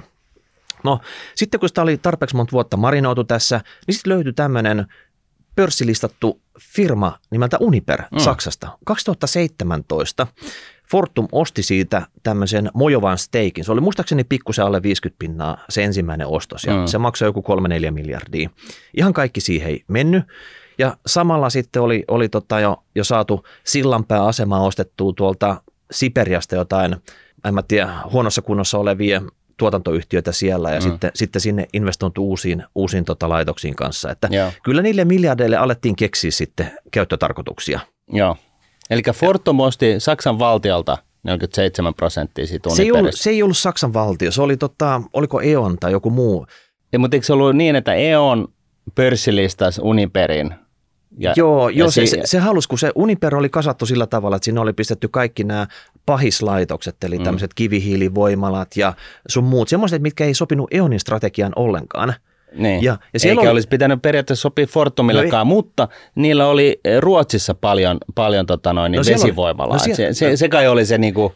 Speaker 2: No sitten kun sitä oli tarpeeksi monta vuotta marinoitu tässä, niin sitten löytyi tämmöinen pörssilistattu firma nimeltä Uniper mm. Saksasta. kaksituhattaseitsemäntoista Fortum osti siitä tämmöisen mojovan steikin. Se oli muistaakseni pikkusen alle viisikymmentä pinnaa se ensimmäinen ostos ja mm. se maksoi joku kolme neljä miljardia. Ihan kaikki siihen ei mennyt. Ja samalla sitten oli, oli tota jo, jo saatu sillanpääasemaa ostettua tuolta Siperiasta jotain en mä tiedä, huonossa kunnossa olevia tuotantoyhtiöitä siellä ja
Speaker 1: Mm.
Speaker 2: sitten, sitten sinne investointu uusiin, uusiin tota laitoksiin kanssa. Että
Speaker 1: Joo.
Speaker 2: kyllä niille miljardeille alettiin keksiä sitten käyttötarkoituksia.
Speaker 1: Joo. Eli Fortum osti Saksan valtiolta neljäkymmentäseitsemän prosenttia siitä
Speaker 2: Se ei, ollut,
Speaker 1: Uniperistä.
Speaker 2: se ei ollut Saksan valtio, se oli tota, oliko E O N tai joku muu.
Speaker 1: Ja, mutta eikö se ollut niin, että E O N pörssilistasi Uniperin? Ja,
Speaker 2: Joo,
Speaker 1: ja
Speaker 2: joo se,
Speaker 1: si-
Speaker 2: se, se halusi, kun se Uniper oli kasattu sillä tavalla, että siinä oli pistetty kaikki nämä pahislaitokset, eli
Speaker 1: Mm.
Speaker 2: tämmöiset kivihiilivoimalat ja sun muut, semmoiset, mitkä ei sopinut E ONin strategiaan ollenkaan.
Speaker 1: Niin.
Speaker 2: Ja, ja siellä
Speaker 1: Eikä
Speaker 2: oli,
Speaker 1: olisi pitänyt periaatteessa sopia Fortumillekaan,
Speaker 2: No
Speaker 1: mutta niillä oli Ruotsissa paljon, paljon tota noin, niin
Speaker 2: No siellä oli-
Speaker 1: vesivoimalaa.
Speaker 2: no siellä-
Speaker 1: se, se, se kai oli se niinku,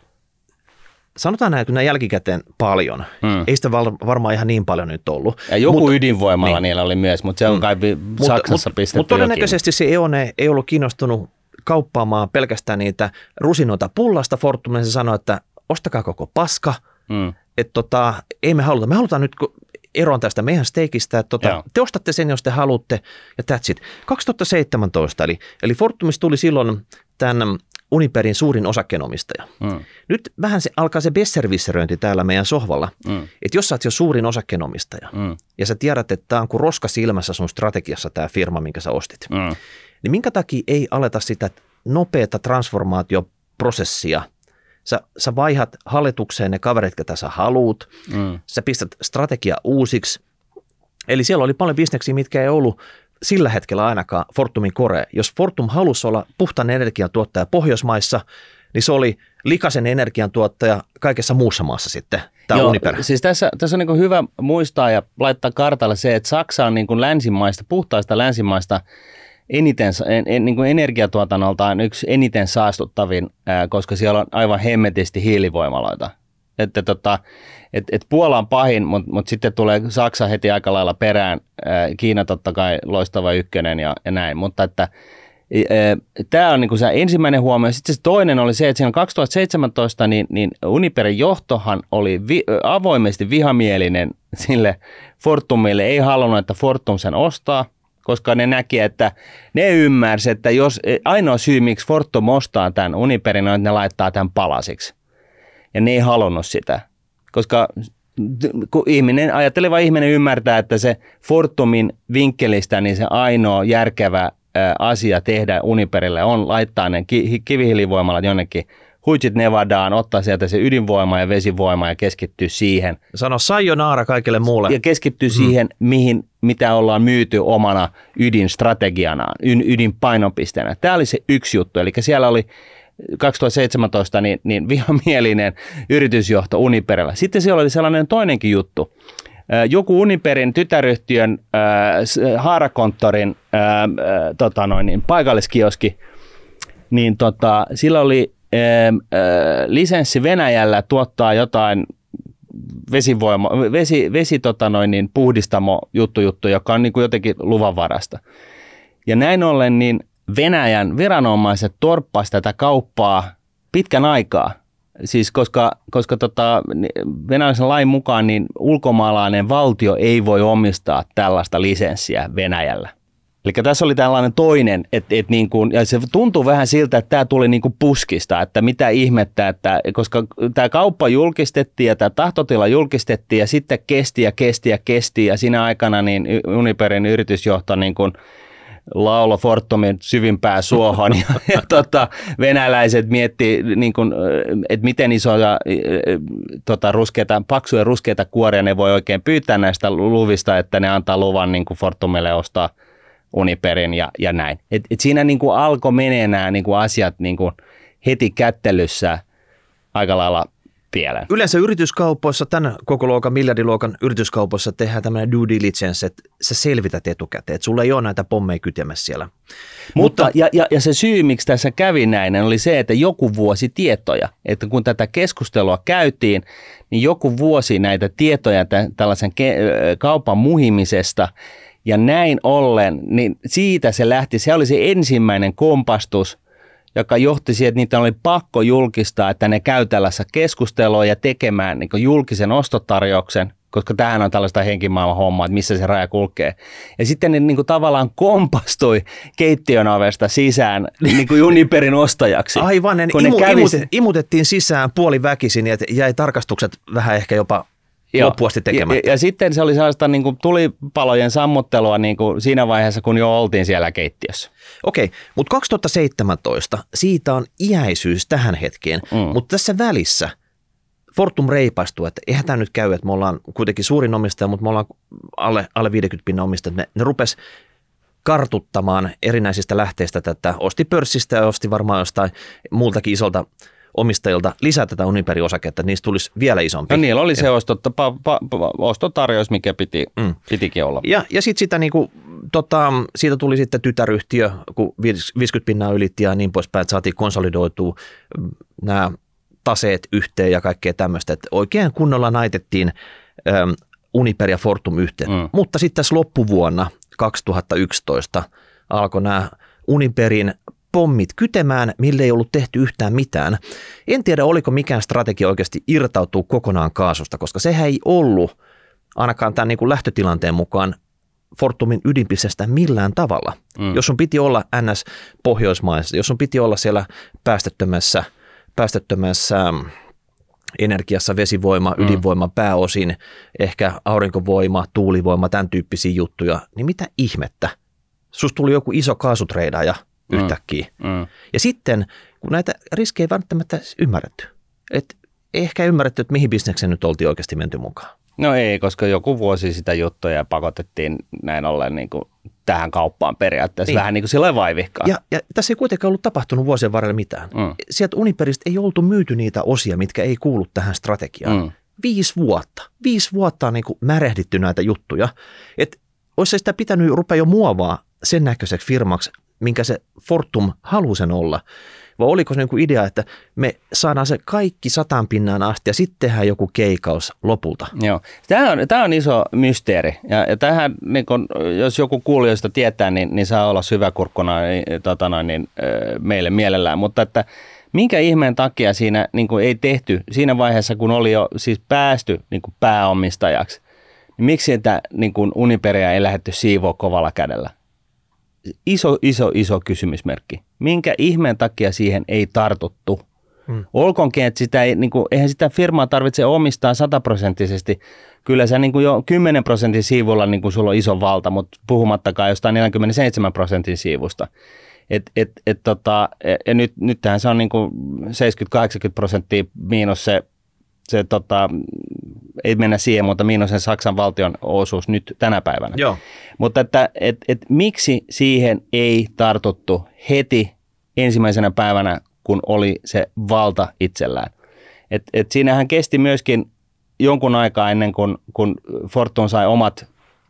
Speaker 2: sanotaan näin, että näin jälkikäteen paljon.
Speaker 1: Hmm.
Speaker 2: Ei sitä val- varmaan ihan niin paljon nyt ollut.
Speaker 1: ja joku
Speaker 2: Mut-
Speaker 1: ydinvoimala
Speaker 2: niin.
Speaker 1: niillä oli myös, mutta se on
Speaker 2: Mm.
Speaker 1: kai pi- Saksassa
Speaker 2: mut,
Speaker 1: pistetty
Speaker 2: Mutta todennäköisesti se E O N ei ollut kiinnostunut kauppaamaan pelkästään niitä rusinoita pullasta. Fortumille se sanoi, että ostakaa koko paska,
Speaker 1: Mm.
Speaker 2: että tota, ei me haluta. Me halutaan nyt eroon tästä meidän steikistä, että tota,
Speaker 1: Joo.
Speaker 2: te ostatte sen, jos te haluatte, ja that's it. kaksituhattaseitsemäntoista, eli, eli Fortumista tuli silloin tämän Uniperin suurin osakkeenomistaja.
Speaker 1: Mm.
Speaker 2: Nyt vähän se, alkaa se besservisseröinti täällä meidän sohvalla,
Speaker 1: Mm.
Speaker 2: että jos sä oot jo suurin osakkeenomistaja,
Speaker 1: Mm.
Speaker 2: ja sä tiedät, että tämä on kuin roska silmässä sun strategiassa tämä firma, minkä sä ostit,
Speaker 1: Mm.
Speaker 2: niin minkä takia ei aleta sitä nopeata transformaatioprosessia? Sä, sä vaihat hallitukseen ne kaverit, ketä sä haluut,
Speaker 1: Mm.
Speaker 2: sä pistät strategia uusiksi. Eli siellä oli paljon bisneksiä, mitkä ei ollut sillä hetkellä ainakaan Fortumin core. Jos Fortum halusi olla puhtaan energiantuottaja Pohjoismaissa, niin se oli likaisen energiantuottaja kaikessa muussa maassa sitten, tämä
Speaker 1: Joo,
Speaker 2: Uniper.
Speaker 1: siis tässä, tässä on niin kuin hyvä muistaa ja laittaa kartalle se, että Saksa on niin kuin länsimaista, puhtaista länsimaista eniten, en, en, niin kuin energiatuotannoltaan yksi eniten saastuttavin, ää, koska siellä on aivan hemmetisti hiilivoimaloita. Että tota, et, et Puola on pahin, mutta mut sitten tulee Saksa heti aika lailla perään, ää, Kiina totta kai loistava ykkönen ja, ja näin, mutta että tämä on niin kuin se ensimmäinen huomio. Sitten se toinen oli se, että siinä kaksituhattaseitsemäntoista niin, niin Uniperin johtohan oli vi, avoimesti vihamielinen sille Fortumille. Ei halunnut, että Fortum sen ostaa, koska ne näki, että ne ymmärsi, että jos ainoa syy, miksi Fortum ostaa tämän Uniperin, on, että ne laittaa tämän palasiksi. Ja ne ei halunnut sitä, koska kun ihminen, ajatteleva ihminen ymmärtää, että se Fortumin vinkkelistä, niin se ainoa järkevä asia tehdä Uniperille on laittaa ne kivihiilivoimalat jonnekin huitsit Nevadaan, ottaa sieltä se ydinvoima ja vesivoima ja keskittyy siihen.
Speaker 2: Sano sayonara kaikille muulle.
Speaker 1: Ja keskittyy hmm. siihen, mihin, mitä ollaan myyty omana ydinstrategianaan, ydinpainopisteenä. Tämä oli se yksi juttu, eli siellä oli kaksituhattaseitsemäntoista niin, niin vihamielinen yritysjohto Uniperillä. Sitten siellä oli sellainen toinenkin juttu. Joku Uniperin tytäryhtiön äh, haarakonttorin äh, äh, tota noin, niin, paikalliskioski, niin tota, sillä oli äh, äh, lisenssi Venäjällä tuottaa jotain vesivoima, vesi, vesi tota noin, niin, puhdistamo juttu, juttu, joka on niin kuin jotenkin luvanvarasta. Ja näin ollen niin Venäjän viranomaiset torppasivat tätä kauppaa pitkän aikaa. Siis koska, koska tota, venäläisen lain mukaan niin ulkomaalainen valtio ei voi omistaa tällaista lisenssiä Venäjällä. Eli tässä oli tällainen toinen, että et niin kuin, ja se tuntuu vähän siltä, että tämä tuli niin kuin puskista, että mitä ihmettä, että koska tämä kauppa julkistettiin ja tämä tahtotila julkistettiin ja sitten kesti ja kesti ja kesti ja siinä aikana niin Uniperin yritysjohto niin kuin laulo Fortumin syvimpää suohon ja, ja tota, venäläiset miettii, niin kuin, että miten isoja tota, ruskeita, paksuja ruskeita kuoria ne voi oikein pyytää näistä luvista, että ne antaa luvan niin kuin Fortumille ostaa Uniperin ja, ja näin. Et, et siinä niin kuin alkoi menee nämä niin kuin asiat niin kuin heti kättelyssä aika lailla pieleen.
Speaker 2: Yleensä yrityskaupoissa, tämän koko luokan, miljardiluokan yrityskaupoissa tehdään tämmöinen due diligence, että sä selvität etukäteen, että sulla ei ole näitä pommeja kytemässä siellä.
Speaker 1: Mutta, Mutta ja, ja, ja se syy, miksi tässä kävi näin, oli se, että joku vuosi tietoja, että kun tätä keskustelua käytiin, niin joku vuosi näitä tietoja t- tällaisen ke- kaupan muhimisesta, ja näin ollen, niin siitä se lähti, se oli se ensimmäinen kompastus, joka johti siihen, että niitä oli pakko julkistaa, että ne käy tällaisessa keskustelua ja tekemään niin kuin julkisen ostotarjouksen koska tämähän on tällaista henkimaailman hommaa, että missä se raja kulkee. Ja sitten ne niin kuin tavallaan kompastui keittiön ovesta sisään niin kuin Uniperin ostajaksi.
Speaker 2: Aivan, ne, imu,
Speaker 1: ne kävis...
Speaker 2: imute, imutettiin sisään puoliväkisin ja jäi tarkastukset vähän ehkä jopa Joo. loppuasti tekemättä.
Speaker 1: Ja, ja sitten se oli sellaista niin kuin tulipalojen sammuttelua niin kuin siinä vaiheessa, kun jo oltiin siellä keittiössä.
Speaker 2: Okei, mutta kaksituhattaseitsemäntoista siitä on iäisyys tähän hetkeen, mm. mutta tässä välissä Fortum reipastui, että eihän tämä nyt käy, että me ollaan kuitenkin suurin omistaja, mutta me ollaan alle, alle viisikymmentä pinnan omistajat. Ne, ne rupes kartuttamaan erinäisistä lähteistä tätä, osti pörssistä ja osti varmaan jostain muultakin isolta omistajilta lisää tätä Uniperin osaketta, että niistä tulisi vielä isompi.
Speaker 1: No niillä oli se ostotta, pa, pa, pa, ostotarjous, mikä piti, mm. pitikin olla.
Speaker 2: Ja, ja sitten sitä niinku, tota, siitä tuli sitten tytäryhtiö, kun viisikymmentä pinnaa ylitti ja niin poispäin, että saatiin konsolidoitua nämä taseet yhteen ja kaikkea tämmöistä, että oikein kunnolla naitettiin äm, Uniper ja Fortum yhteen. Mm. Mutta sitten tässä loppuvuonna kaksituhattayksitoista alkoi nämä Uniperin pommit kytemään, mille ei ollut tehty yhtään mitään. En tiedä, oliko mikään strategia oikeasti irtautua kokonaan kaasusta, koska sehän ei ollut ainakaan tämän niin kuin lähtötilanteen mukaan Fortumin ydinpisteestä millään tavalla. Mm. Jos sun piti olla N S-Pohjoismaissa, jos sun piti olla siellä päästöttömässä, päästöttömässä energiassa vesivoima, mm. ydinvoima pääosin, ehkä aurinkovoima, tuulivoima, tämän tyyppisiä juttuja, niin mitä ihmettä? Susta tuli joku iso kaasutreidaaja yhtäkkiä. Mm. Mm. Ja sitten, kun näitä riskejä ei välttämättä ymmärretty, että ehkä ymmärretty, että mihin bisnekseen nyt oltiin oikeasti menty mukaan.
Speaker 1: No ei, koska joku vuosi sitä juttuja pakotettiin näin ollen niin kuin tähän kauppaan periaatteessa, niin. Vähän niin kuin silloin vaivihkaa.
Speaker 2: Ja, ja tässä ei kuitenkaan ollut tapahtunut vuosien varrella mitään. Mm. Sieltä Uniperistä ei oltu myyty niitä osia, mitkä ei kuulu tähän strategiaan. Mm. Viisi vuotta. Viisi vuotta on niin kuin märehditty näitä juttuja. Että olisi sitä pitänyt rupea jo muovaa sen näköiseksi firmaksi, minkä se Fortum haluaa sen olla. Vai oliko se joku idea, että me saadaan se kaikki sataan pinnaan asti ja sitten tehdään joku keikaus lopulta?
Speaker 1: Joo. Tämä on, tämä on iso mysteeri. Ja, ja tähän, niin kun, jos joku kuulijoista tietää, niin, niin saa olla syväkurkkuna niin, tota noin, niin, meille mielellään. Mutta että minkä ihmeen takia siinä niin kuin ei tehty siinä vaiheessa, kun oli jo siis päästy niin kuin pääomistajaksi, niin miksi sitä niin kuin Uniperia ei lähdetty siivoa kovalla kädellä? Iso, iso, iso kysymysmerkki. Minkä ihmeen takia siihen ei tartuttu? Hmm. Olkoonkin, että sitä ei, niin kuin, eihän sitä firmaa tarvitse omistaa sataprosenttisesti. Kyllä se niin kuin jo kymmenen prosentin siivulla niin kuin sulla on iso valta, mutta puhumattakaan jostain neljäkymmentäseitsemän prosentin siivusta. Et, et, et, tota, ja nyt, nythän se on niin kuin seitsemänkymmentä kahdeksankymmentä prosenttia miinus se, se tota, ei mennä siihen, mutta miinus sen Saksan valtion osuus nyt tänä päivänä.
Speaker 2: Joo.
Speaker 1: Mutta että et, et, miksi siihen ei tartuttu heti ensimmäisenä päivänä, kun oli se valta itsellään? Et, et siinähän kesti myöskin jonkun aikaa ennen kuin kun Fortum sai omat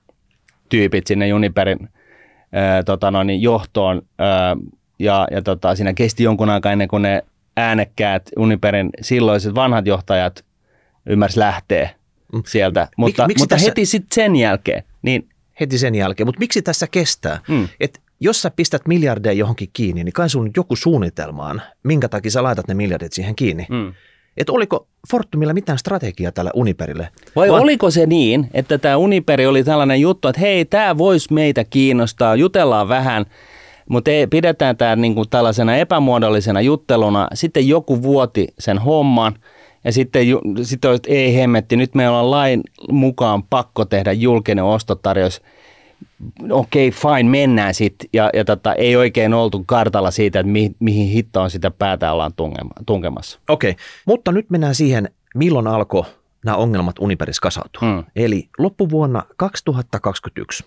Speaker 1: tyypit sinne Uniperin ää, tota noin, johtoon ää, ja, ja tota, siinä kesti jonkun aikaa ennen kuin ne äänekkäät Uniperin silloiset vanhat johtajat ymmärsi lähteä sieltä,
Speaker 2: Mik,
Speaker 1: mutta, mutta
Speaker 2: tässä,
Speaker 1: heti sitten sen jälkeen. Niin,
Speaker 2: heti sen jälkeen, mutta miksi tässä kestää? Mm. Et jos sä pistät miljardeja johonkin kiinni, niin kai sun on joku suunnitelmaan, minkä takia sä laitat ne miljardit siihen kiinni. Mm. Että oliko Fortumilla mitään strategiaa tällä Uniperille?
Speaker 1: Vai
Speaker 2: Vaan...
Speaker 1: oliko se niin, että tämä Uniperi oli tällainen juttu, että hei, tämä voisi meitä kiinnostaa, jutellaan vähän, mutta pidetään tämä niinku tällaisena epämuodollisena jutteluna, sitten joku vuoti sen homman, ja sitten, sitten olisi, ei hemmetti, nyt meillä on lain mukaan pakko tehdä julkinen ostotarjous. Okei, okay, fine, mennään sitten. Ja, ja tota, ei oikein oltu kartalla siitä, että mi, mihin hittoon sitä päätä ollaan tunkemassa.
Speaker 2: Okei, okay. Mutta nyt mennään siihen, milloin alkoi nämä ongelmat Uniperissa kasautua. Hmm. Eli loppuvuonna kaksituhattakaksikymmentäyksi.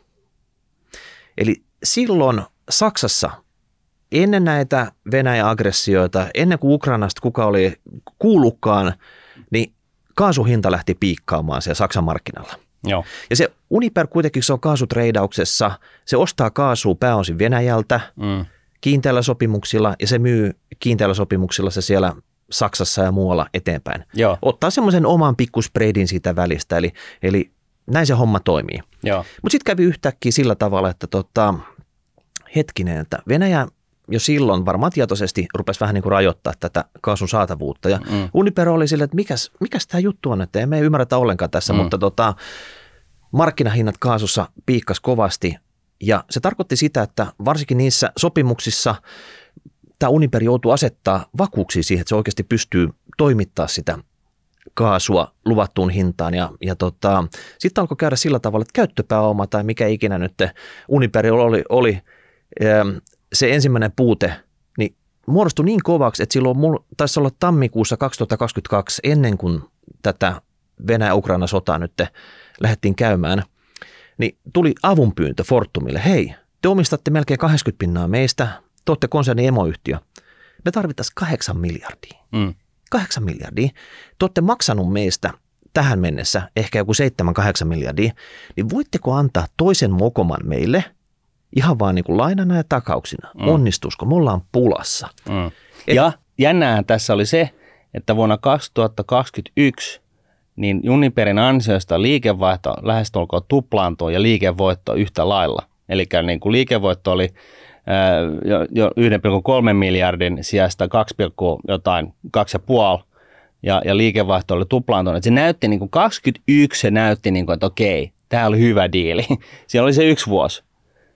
Speaker 2: Eli silloin Saksassa ennen näitä Venäjä-aggressioita, ennen kuin Ukrainasta kuka oli kuullutkaan, niin kaasuhinta lähti piikkaamaan siellä Saksan markkinalla.
Speaker 1: Joo.
Speaker 2: Ja se Uniper kuitenkin se on kaasutreidauksessa, se ostaa kaasua pääosin Venäjältä mm. kiinteällä sopimuksilla ja se myy kiinteällä sopimuksilla se siellä Saksassa ja muualla eteenpäin.
Speaker 1: Joo.
Speaker 2: Ottaa semmoisen oman pikkuspreidin siitä välistä, eli, eli näin se homma toimii. Mutta sitten kävi yhtäkkiä sillä tavalla, että tota, hetkinen, että Venäjä jo silloin varmaan tietoisesti rupesi vähän niin kuin rajoittaa tätä kaasun saatavuutta. Ja mm. Uniper oli silleen, että mikäs, mikäs tämä juttu on, että emme ymmärretä ollenkaan tässä, mm. mutta tota, markkinahinnat kaasussa piikkas kovasti. Ja se tarkoitti sitä, että varsinkin niissä sopimuksissa tämä Uniper joutuu asettaa vakuuksia siihen, että se oikeasti pystyy toimittaa sitä kaasua luvattuun hintaan. Ja, ja tota, sitten alkoi käydä sillä tavalla, että käyttöpääoma tai mikä ikinä nyt Uniperilla oli, oli se ensimmäinen puute, niin muodostui niin kovaksi, että silloin mulla taisi olla tammikuussa kaksituhattakaksikymmentäkaksi, ennen kuin tätä Venäjä-Ukraina-sotaa nyt lähdettiin käymään, niin tuli avunpyyntö Fortumille. Hei, te omistatte melkein kahdeksankymmentä pinnaa meistä, te olette konsernin emoyhtiö. Me tarvitaan kahdeksan miljardia. Mm. Kahdeksan miljardia. Te olette maksanut meistä tähän mennessä ehkä joku seitsemän, kahdeksan miljardia, niin voitteko antaa toisen mokoman meille ihan vaan niin kuin lainana ja takauksina? Mm. Onnistuisiko? Me ollaan pulassa.
Speaker 1: Mm. Et, ja jännäähän tässä oli se, että vuonna kaksituhattakaksikymmentäyksi niin Uniperin ansiosta liikevaihto lähestulkoon tuplaantui ja liikevoitto yhtä lailla. Eli niin kuin liikevoitto oli ää, jo, jo yksi pilkku kolme miljardin sijasta kaksi, jotain, kaksi pilkku viisi ja, ja liikevaihto oli tuplaantunut. Se näytti niin kuin kaksikymmentäyksi, se näytti niin kuin, että okei, tämä oli hyvä diili. Siellä oli se yksi vuosi.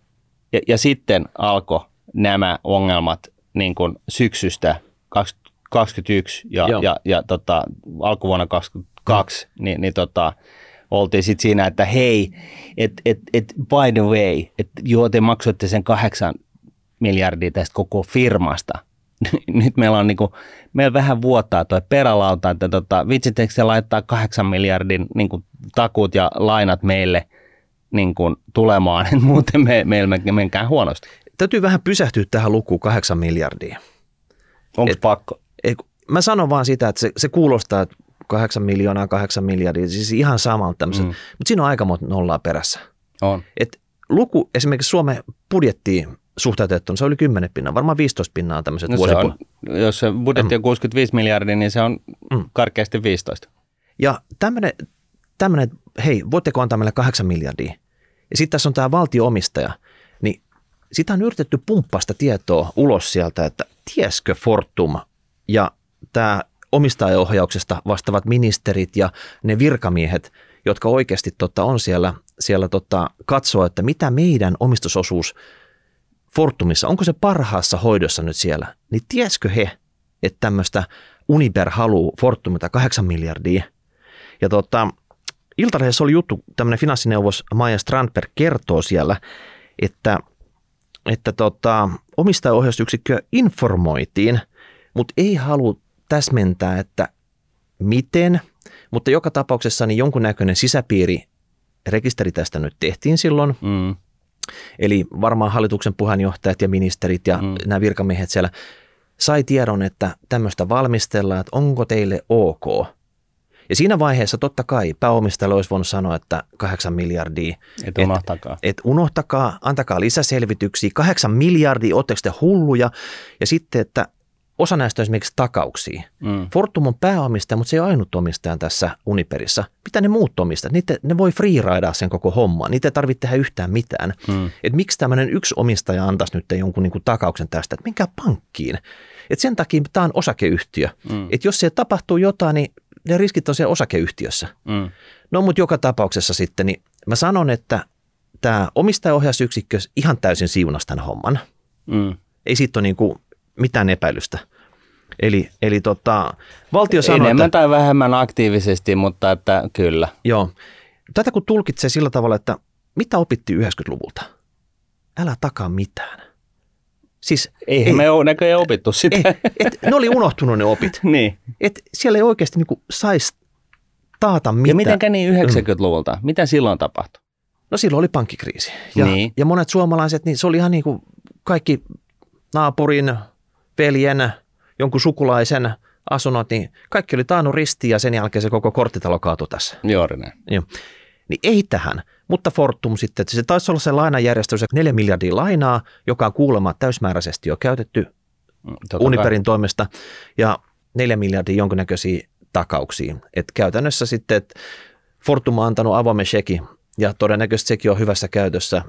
Speaker 1: Ja, ja sitten alkoi nämä ongelmat niin kuin syksystä kaksituhattakaksikymmentäyksi ja, ja, ja tota, alkuvuonna kaksikymmentäkaksi, mm. niin, niin tota, oltiin sitten siinä, että hei, että et, et, by the way, että joo, te maksoitte sen kahdeksan miljardia tästä koko firmasta. Nyt meillä on niinku, meillä vähän vuottaa tuo perälauta, että tota, vitsittekö se laittaa kahdeksan miljardin niinku, takuut ja lainat meille niinku, tulemaan, että muuten me, meillä menkään huonosti.
Speaker 2: Täytyy vähän pysähtyä tähän lukuun kahdeksan miljardia.
Speaker 1: Onko pakko?
Speaker 2: Et, mä sanon vaan sitä, että se, se kuulostaa, että kahdeksan miljoonaa, kahdeksan miljardia, siis ihan samalta tämmöiset, mm. mutta siinä on aika monta nollaa perässä.
Speaker 1: On.
Speaker 2: Et luku esimerkiksi Suomen budjettiin suhteutettuna, se oli kymmenen pinnaa, varmaan viisitoista pinnaa tämmöiset
Speaker 1: no vuosipu... on, jos se budjetti on kuusikymmentäviisi miljardia, niin se on mm. karkeasti viisitoista.
Speaker 2: Ja tämmöinen, tämmöinen, hei, voitteko antaa meille kahdeksan miljardia? Ja sitten tässä on tämä valtio-omistaja, niin sitä on yritetty pumppasta tietoa ulos sieltä, että tieskö Fortum ja tämä omistajaohjauksesta vastaavat ministerit ja ne virkamiehet, jotka oikeasti totta, on siellä, siellä totta, katsoo, että mitä meidän omistusosuus Fortumissa, onko se parhaassa hoidossa nyt siellä, niin tieskö he, että tämmöistä Uniper haluaa Fortumilta kahdeksan miljardia. Ja tota, Iltalehdessä oli juttu, tämmöinen finanssineuvos Maija Strandberg kertoo siellä, että, että tota, omistajaohjausyksikköä informoitiin, mutta ei halua täsmentää, että miten, mutta joka tapauksessa niin jonkunnäköinen sisäpiirirekisteri tästä nyt tehtiin silloin. Mm. Eli varmaan hallituksen puheenjohtajat ja ministerit ja mm. nämä virkamiehet siellä sai tiedon, että tämmöistä valmistellaan, että onko teille ok. Ja siinä vaiheessa totta kai pääomistajalle olisi voinut sanoa, että kahdeksan miljardia.
Speaker 1: Et unohtakaa.
Speaker 2: Et, et unohtakaa, antakaa lisäselvityksiä. Kahdeksan miljardia, ootteko te hulluja? Ja sitten, että osa näistä on esimerkiksi takauksia. Mm. Fortum on pääomistaja, mutta se ei ole ainut omistaja tässä Uniperissa. Mitä ne muut omistajat? Niitä, ne voi freeridaa sen koko homman. Niitä ei tarvitse tehdä yhtään mitään. Mm. Et miksi tämmöinen yksi omistaja antaisi nyt jonkun niin kuin takauksen tästä, että menkää pankkiin. Et sen takia tämä on osakeyhtiö. Mm. Et jos se tapahtuu jotain, niin ne riskit on siellä osakeyhtiössä. Mm. No mutta joka tapauksessa sitten, niin mä sanon, että tämä omistajaohjausyksikkö ihan täysin siunasi tämän homman. Mm. Ei siitä ole niin kuin mitään epäilystä. Eli, eli tota, valtio sanoo,
Speaker 1: enemmän
Speaker 2: että,
Speaker 1: tai vähemmän aktiivisesti, mutta että kyllä.
Speaker 2: Joo. Tätä kun tulkitsee sillä tavalla, että mitä opittiin yhdeksänkymmentäluvulta? Älä takaa mitään. Siis,
Speaker 1: Eihän ei, me ole näköjään opittu sitä.
Speaker 2: Ei, et, ne oli unohtunut ne opit.
Speaker 1: Niin.
Speaker 2: Et siellä ei oikeasti niin saisi taata mitään.
Speaker 1: Ja mitenkä niin yhdeksänkymmentäluvulta? Mm. Mitä silloin tapahtui?
Speaker 2: No silloin oli pankkikriisi. Ja, niin. ja monet suomalaiset, niin se oli ihan niin kuin kaikki naapurin, veljen, jonkun sukulaisen asunnot, niin kaikki oli taannut ristiin ja sen jälkeen se koko korttitalo kaatui tässä.
Speaker 1: Juuri näin.
Speaker 2: Joo. Niin ei tähän, mutta Fortum sitten, että se taisi olla se lainajärjestely, se neljä miljardia lainaa, joka on kuulemma täysmääräisesti jo käytetty Totta Uniperin kai. toimesta ja neljä miljardia jonkinnäköisiä takauksia. Että käytännössä sitten, että Fortum on antanut avoimen shekin ja todennäköisesti sekin on hyvässä käytössä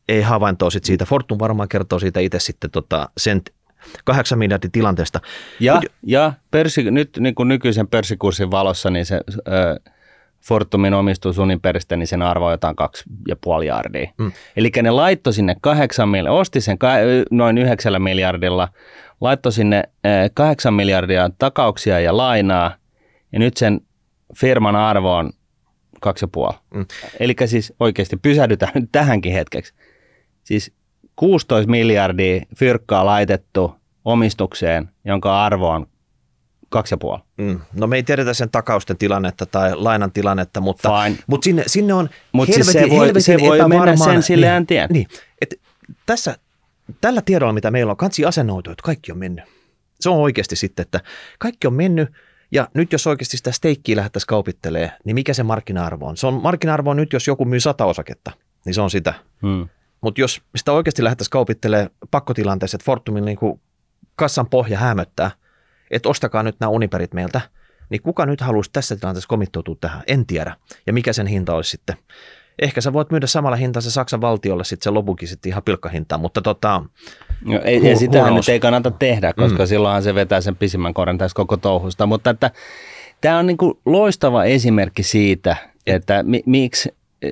Speaker 2: ei havaintoa sit siitä. Fortum varmaan kertoo siitä itse sitten tota sen kahdeksan miljardin tilanteesta.
Speaker 1: Ja,
Speaker 2: Mut,
Speaker 1: ja pörssi, nyt niin kuin nykyisen pörssikurssin valossa, niin se ö, Fortumin omistus Uniperistä, niin sen arvo on jotain kaksi ja puoli jardia. Mm. Eli ne laittoi sinne kahdeksan miljardilla, osti sen ka- noin yhdeksällä miljardilla, laittoi sinne ö, kahdeksan miljardia takauksia ja lainaa, ja nyt sen firman arvo on kaksi ja puoli. Mm. Eli siis oikeasti pysähdytään nyt tähänkin hetkeksi. Siis kuusitoista miljardia fyrkkaa laitettu omistukseen, jonka arvo on kaksi ja puoli.
Speaker 2: Mm. No me ei tiedetä sen takausten tilannetta tai lainan tilannetta, mutta, mutta sinne, sinne on
Speaker 1: Mut
Speaker 2: helvetin,
Speaker 1: siis se voi,
Speaker 2: helvetin
Speaker 1: se voi mennä sen silleen
Speaker 2: niin,
Speaker 1: tien.
Speaker 2: Niin, että tässä, tällä tiedolla, mitä meillä on, kansi asennoitu, että kaikki on mennyt. Se on oikeasti sitten, että kaikki on mennyt. Ja nyt jos oikeasti sitä steikkiä lähdettäisiin kaupittelemaan, niin mikä se markkina-arvo on? Se on markkina-arvo on nyt, jos joku myy sata osaketta, niin se on sitä. Hmm. Mutta jos sitä oikeasti lähdettäisiin kaupittelemaan pakkotilanteessa, että Fortumin niin kuin kassan pohja hämöttää, että ostakaa nyt nämä Uniperit meiltä, niin kuka nyt haluaisi tässä tilanteessa komittoutua tähän? En tiedä. Ja mikä sen hinta olisi sitten? Ehkä sä voit myydä samalla hintaa se Saksan valtiolle sitten se lopukin sitten ihan pilkkahintaan, mutta tota...
Speaker 1: No, ei, hu- ja sitähän nyt ei kannata tehdä, koska mm. silloinhan se vetää sen pisimmän koren tässä koko touhusta, mutta että tämä on niin kuin loistava esimerkki siitä, että mi- miksi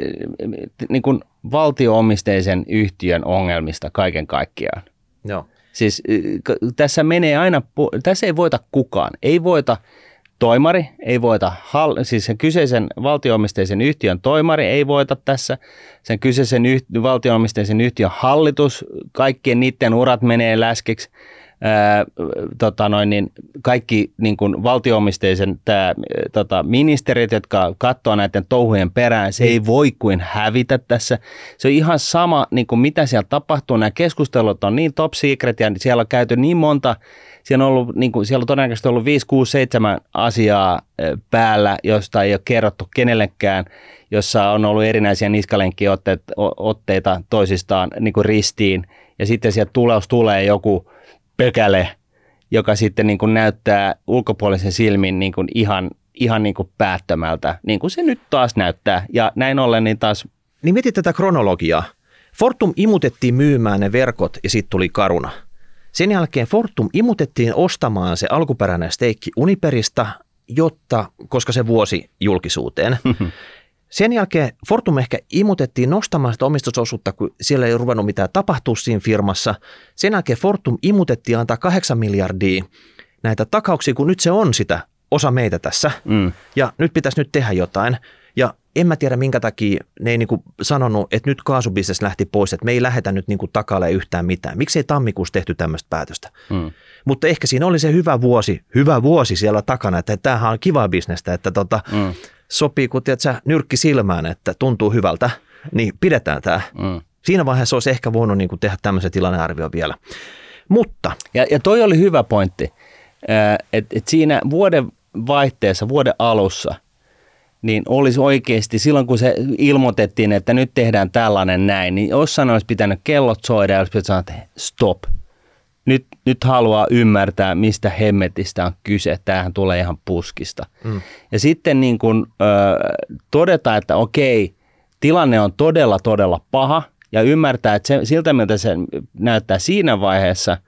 Speaker 1: niin kuin valtio-omisteisen yhtiön ongelmista kaiken kaikkiaan.
Speaker 2: Joo.
Speaker 1: Siis tässä menee aina, tässä ei voita kukaan, ei voita toimari, ei voita, siis sen kyseisen valtio-omisteisen yhtiön toimari ei voita tässä, sen kyseisen yhti, valtio-omisteisen yhtiön hallitus, kaikkien niiden urat menee läskiksi, ää, tota noin, niin kaikki niin kuin valtio-omisteisen tää, tota, ministerit, jotka katsoo näiden touhujen perään, se ei voi kuin hävitä tässä. Se on ihan sama, niin kuin mitä siellä tapahtuu, nämä keskustelut on niin top secret ja siellä on käyty niin monta. Siellä on, ollut, niin kuin, siellä on todennäköisesti ollut viisi, kuusi, seitsemän asiaa päällä, josta ei ole kerrottu kenellekään, jossa on ollut erinäisiä niskalenkkiotteita toisistaan niin kuin ristiin. Ja sitten sieltä tulos tulee joku pökäle, joka sitten niin kuin näyttää ulkopuolisen silmin niin kuin ihan, ihan niin kuin päättömältä, niin kuin se nyt taas näyttää. Ja näin ollen niin taas...
Speaker 2: Niin mietit tätä kronologiaa. Fortum imutettiin myymään ne verkot ja sitten tuli Caruna. Sen jälkeen Fortum imutettiin ostamaan se alkuperäinen steikki Uniperista, jotta, koska se vuosi julkisuuteen. Sen jälkeen Fortum ehkä imutettiin nostamaan sitä omistusosuutta, kun siellä ei ruvennut mitään tapahtua siinä firmassa. Sen jälkeen Fortum imutettiin antaa kahdeksan miljardia näitä takauksia, kun nyt se on sitä osa meitä tässä. Mm. Ja nyt pitäisi nyt tehdä jotain. Ja en mä tiedä, minkä takia ne ei niinku sanonut, että nyt kaasubisnes lähti pois, että me ei lähetä nyt niinku takailemaan yhtään mitään. Miksi ei tammikuussa tehty tämmöistä päätöstä? Mm. Mutta ehkä siinä oli se hyvä vuosi, hyvä vuosi siellä takana, että tämähän on kivaa bisnestä, että tota, mm. sopii, kun tiedät, sä nyrkki silmään, että tuntuu hyvältä, niin pidetään tämä. Mm. Siinä vaiheessa olisi ehkä voinut niinku tehdä tämmöisen tilannearvio vielä. Mutta.
Speaker 1: Ja, ja toi oli hyvä pointti, että et siinä vuoden vaihteessa, vuoden alussa, niin olisi oikeasti, silloin kun se ilmoitettiin, että nyt tehdään tällainen näin, niin jossain olisi pitänyt kellot soida ja olisi pitänyt sanoa, että stop. Nyt, nyt haluaa ymmärtää, mistä hemmetistä on kyse. Tämähän tulee ihan puskista. Mm. Ja sitten niin kun, ö, todeta, että okei, tilanne on todella, todella paha ja ymmärtää, että se, siltä miltä se näyttää siinä vaiheessa,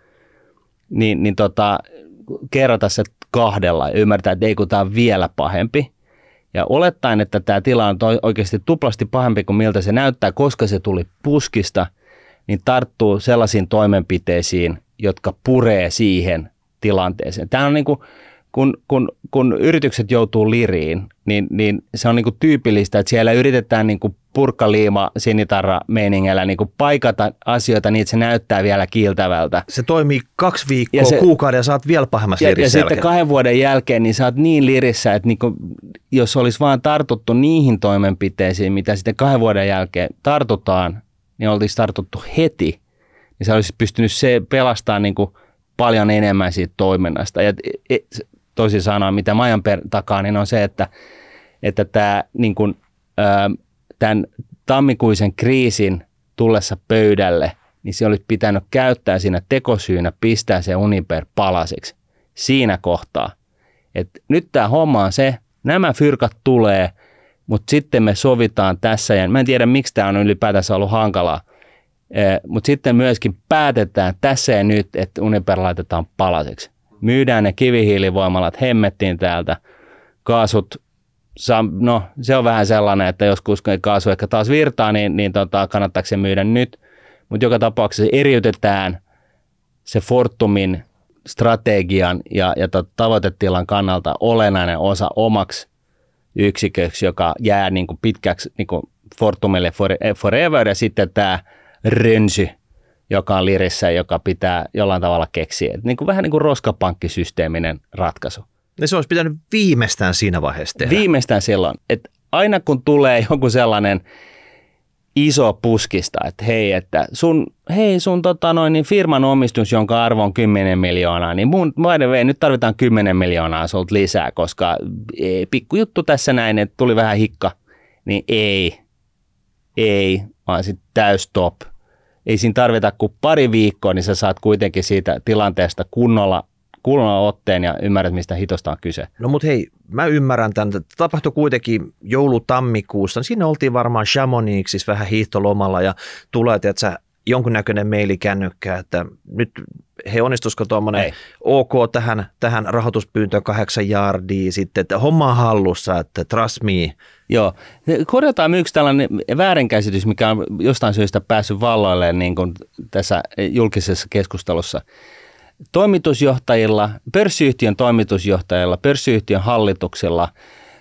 Speaker 1: niin, niin tota, kerrota se kahdella ja ymmärtää, että ei kun tämä on vielä pahempi. Ja olettaen, että tämä tila on oikeasti tuplasti pahempi kuin miltä se näyttää, koska se tuli puskista, niin tarttuu sellaisiin toimenpiteisiin, jotka puree siihen tilanteeseen. Tämä on niin kuin, kun, kun, kun yritykset joutuu liriin, niin, niin se on niin kuin tyypillistä, että siellä yritetään niin kuin purkkaliima sinitarra meiningellä niin kuin paikata asioita niin, että se näyttää vielä kiiltävältä.
Speaker 2: Se toimii kaksi viikkoa, ja se, kuukauden ja saat vielä pahemmassa
Speaker 1: ja,
Speaker 2: lirissä
Speaker 1: ja sitten kahden vuoden jälkeen niin sä oot niin lirissä, että niin kuin, jos olisi vaan tartuttu niihin toimenpiteisiin, mitä sitten kahden vuoden jälkeen tartutaan, niin oltaisiin tartuttu heti, niin sä olisi pystynyt se pelastamaan niin kuin paljon enemmän siitä toiminnasta. Ja toisin sanoen, mitä mä ajan takaa, niin on se, että, että tämä, niin kuin, tämän tammikuisen kriisin tullessa pöydälle, niin se olisi pitänyt käyttää siinä tekosyynä, pistää se Uniper palaseksi siinä kohtaa. Että nyt tämä homma on se, nämä fyrkat tulee, mutta sitten me sovitaan tässä, ja mä en tiedä miksi tämä on ylipäätänsä ollut hankalaa, Mutta sitten myöskin päätetään tässä ja nyt, että Uniper laitetaan palaseksi. Myydään ne kivihiilivoimalat hemmettiin täältä. Kaasut, no se on vähän sellainen, että joskus kaasu ehkä taas virtaa, niin, niin tota, kannattaako se myydä nyt. Mutta joka tapauksessa eriytetään se Fortumin strategian ja, ja tavoitetilan kannalta olennainen osa omaksi yksiköksi, joka jää niin kuin pitkäksi niin kuin Fortumille forever, ja sitten tämä rönsy, joka on Lirissä, joka pitää jollain tavalla keksiä. Niin kuin, vähän niin kuin roskapankkisysteeminen ratkaisu.
Speaker 2: Ja se olisi pitänyt viimeistään siinä vaiheessa tehdä.
Speaker 1: Viimeistään silloin. Että aina kun tulee joku sellainen iso puskista, että hei, että sun, hei, sun tota noin, niin firman omistus, jonka arvo on kymmenen miljoonaa, niin mun vei, nyt tarvitaan kymmenen miljoonaa sulta lisää, koska ei, pikkujuttu tässä näin, että tuli vähän hikka, niin ei, ei, vaan sitten täys top. Ei siinä tarvita kuin pari viikkoa, niin sä saat kuitenkin siitä tilanteesta kunnolla, kunnolla otteen ja ymmärrät, mistä hitosta on kyse.
Speaker 2: No mut hei, mä ymmärrän tämän. Tapahtui kuitenkin joulu-tammikuussa. Siinä oltiin varmaan Chamonixissa vähän hiihtolomalla ja tulee, että sä jonkunnäköinen mailikännykkä, että nyt he onnistuisiko tuommoinen OK tähän, tähän rahoituspyyntöön kahdeksan jardia sitten, että homma on hallussa, että trust me.
Speaker 1: Joo, korjataan yksi tällainen väärinkäsitys, mikä on jostain syystä päässyt valloilleen niin kuin tässä julkisessa keskustelussa. Toimitusjohtajilla, pörssiyhtiön toimitusjohtajilla, pörssiyhtiön hallituksilla,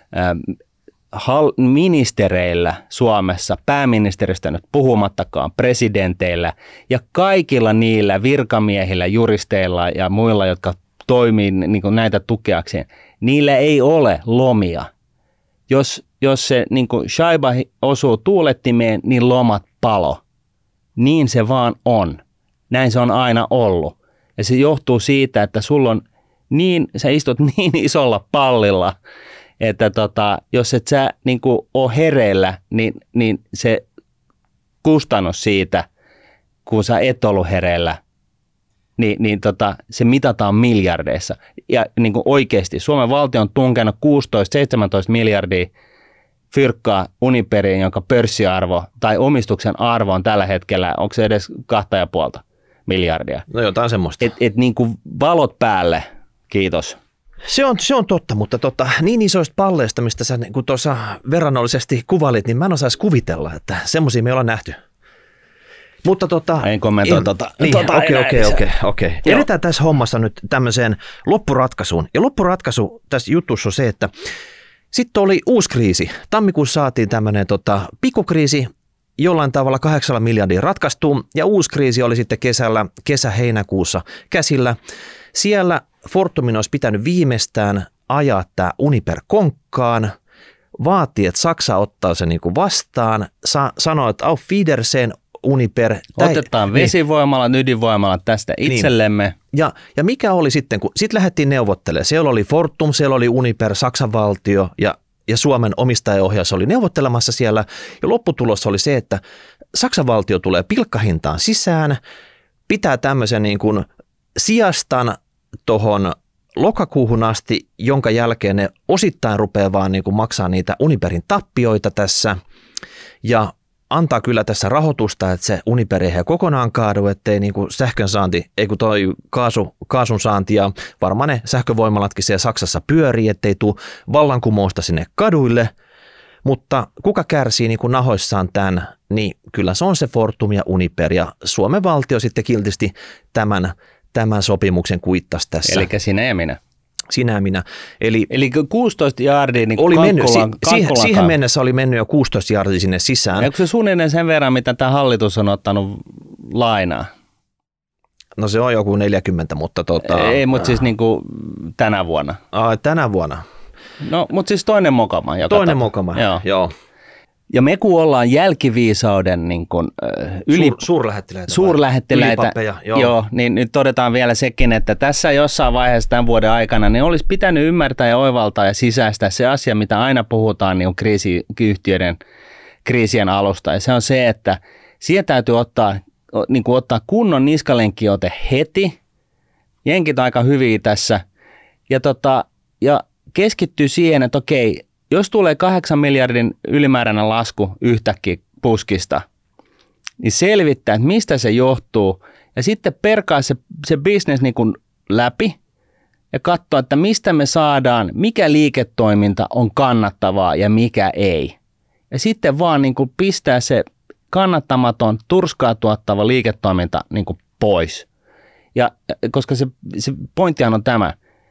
Speaker 1: ministereillä Suomessa, pääministeristä nyt puhumattakaan, presidenteillä ja kaikilla niillä virkamiehillä, juristeilla ja muilla, jotka toimii niin kuin näitä tukeakseen, niillä ei ole lomia. Jos, jos se niin kuin shaiba osuu tuulettimeen, niin lomat palo. Niin se vaan on. Näin se on aina ollut. Ja se johtuu siitä, että sulla on niin, sä istut niin isolla pallilla, että tota, jos et sä niin kuin ole hereillä, niin, niin se kustannus siitä, kun sä et ollut hereillä, niin, niin tota, se mitataan miljardeissa. Ja niin kuin oikeasti Suomen valtio on tunkenut kuusitoista seitsemäntoista miljardia fyrkkaa Uniperiin, jonka pörssiarvo tai omistuksen arvo on tällä hetkellä, onko se edes kahta ja puolta miljardia.
Speaker 2: No jotain semmoista.
Speaker 1: Et, et niin kuin valot päälle, kiitos.
Speaker 2: Se on, se on totta, mutta tota, niin isoista palleista, mistä sä niin tuossa verrannollisesti kuvailit, niin mä en osaisi kuvitella, että semmoisia me ollaan nähty. Mutta tota...
Speaker 1: En kommentoi tota.
Speaker 2: Okei, okei, okei, okei. Edetään tässä hommassa nyt tämmöiseen loppuratkaisuun. Ja loppuratkaisu tässä jutussa on se, että sitten oli uusi kriisi. Tammikuussa saatiin tämmöinen tota, pikkukriisi, jollain tavalla kahdeksalla miljardia ratkaistuu, ja uusi kriisi oli sitten kesällä, kesä-heinäkuussa käsillä. Siellä Fortumin olisi pitänyt viimeistään ajaa tämä Uniper konkkaan, vaatii, että Saksa ottaa sen niin kuin vastaan, sa- sanoi, että auf Wiedersehen Uniper.
Speaker 1: Otetaan vesivoimalla, niin, ydinvoimalla tästä itsellemme.
Speaker 2: Niin. Ja, ja mikä oli sitten, kun sitten lähdettiin neuvottelemaan, siellä oli Fortum, siellä oli Uniper, Saksan valtio ja ja Suomen omistajaohjaus oli neuvottelemassa siellä, ja lopputulos oli se, että Saksan valtio tulee pilkkahintaan sisään, pitää tämmöisen niin kuin sijastan tuohon lokakuuhun asti, jonka jälkeen ne osittain rupeaa vaan niin kuin maksaa niitä Uniperin tappioita tässä, ja antaa kyllä tässä rahoitusta, että se Uniper ei kokonaan kaadu, ettei niin kuin sähkön saanti, ei kun toi kaasu, kaasun saanti ja varmaan ne sähkövoimalatkin siellä Saksassa pyörii, ettei tule vallankumousta sinne kaduille, mutta kuka kärsii niin kuin nahoissaan tämän, niin kyllä se on se Fortum ja Uniper ja Suomen valtio sitten kiltisti tämän, tämän sopimuksen kuittasi tässä.
Speaker 1: Eli sinä ja minä.
Speaker 2: Sinä ja minä. Eli,
Speaker 1: Eli kuusitoista jardia niin
Speaker 2: oli mennyt,
Speaker 1: Kankkulan,
Speaker 2: si, siihen, siihen mennessä oli mennyt jo kuusitoista jardia sinne sisään.
Speaker 1: Eikö se suunnilleen sen verran, mitä tämä hallitus on ottanut lainaa?
Speaker 2: No se on joku neljäkymmentä, mutta tota...
Speaker 1: Ei, mutta siis niin kuin tänä vuonna.
Speaker 2: Aa, tänä vuonna.
Speaker 1: No, mutta siis toinen mokama. Joka
Speaker 2: toinen
Speaker 1: tapa.
Speaker 2: mokama,
Speaker 1: joo.
Speaker 2: joo.
Speaker 1: Ja me kun ollaan jälkiviisauden niin kuin, yli,
Speaker 2: Suur, suurlähettiläitä,
Speaker 1: suurlähettiläitä
Speaker 2: joo.
Speaker 1: joo, niin nyt todetaan vielä sekin, että tässä jossain vaiheessa tämän vuoden aikana niin olisi pitänyt ymmärtää ja oivaltaa ja sisäistää se asia, mitä aina puhutaan niin kriisiyhtiöiden kriisien alusta. Ja se on se, että siihen täytyy ottaa, niin kuin ottaa kunnon niskalenkiote heti. Jenkit on aika hyviä tässä. Ja, tota, ja keskittyy siihen, että okei, jos tulee kahdeksan miljardin ylimääräinen lasku yhtäkkiä puskista, niin selvittää, että mistä se johtuu ja sitten perkaa se, se business niin kuin läpi ja katsoa, että mistä me saadaan, mikä liiketoiminta on kannattavaa ja mikä ei. Ja sitten vaan niin kuin pistää se kannattamaton, turskaa tuottava liiketoiminta niin kuin pois. Ja koska se, se pointtihan on tämä,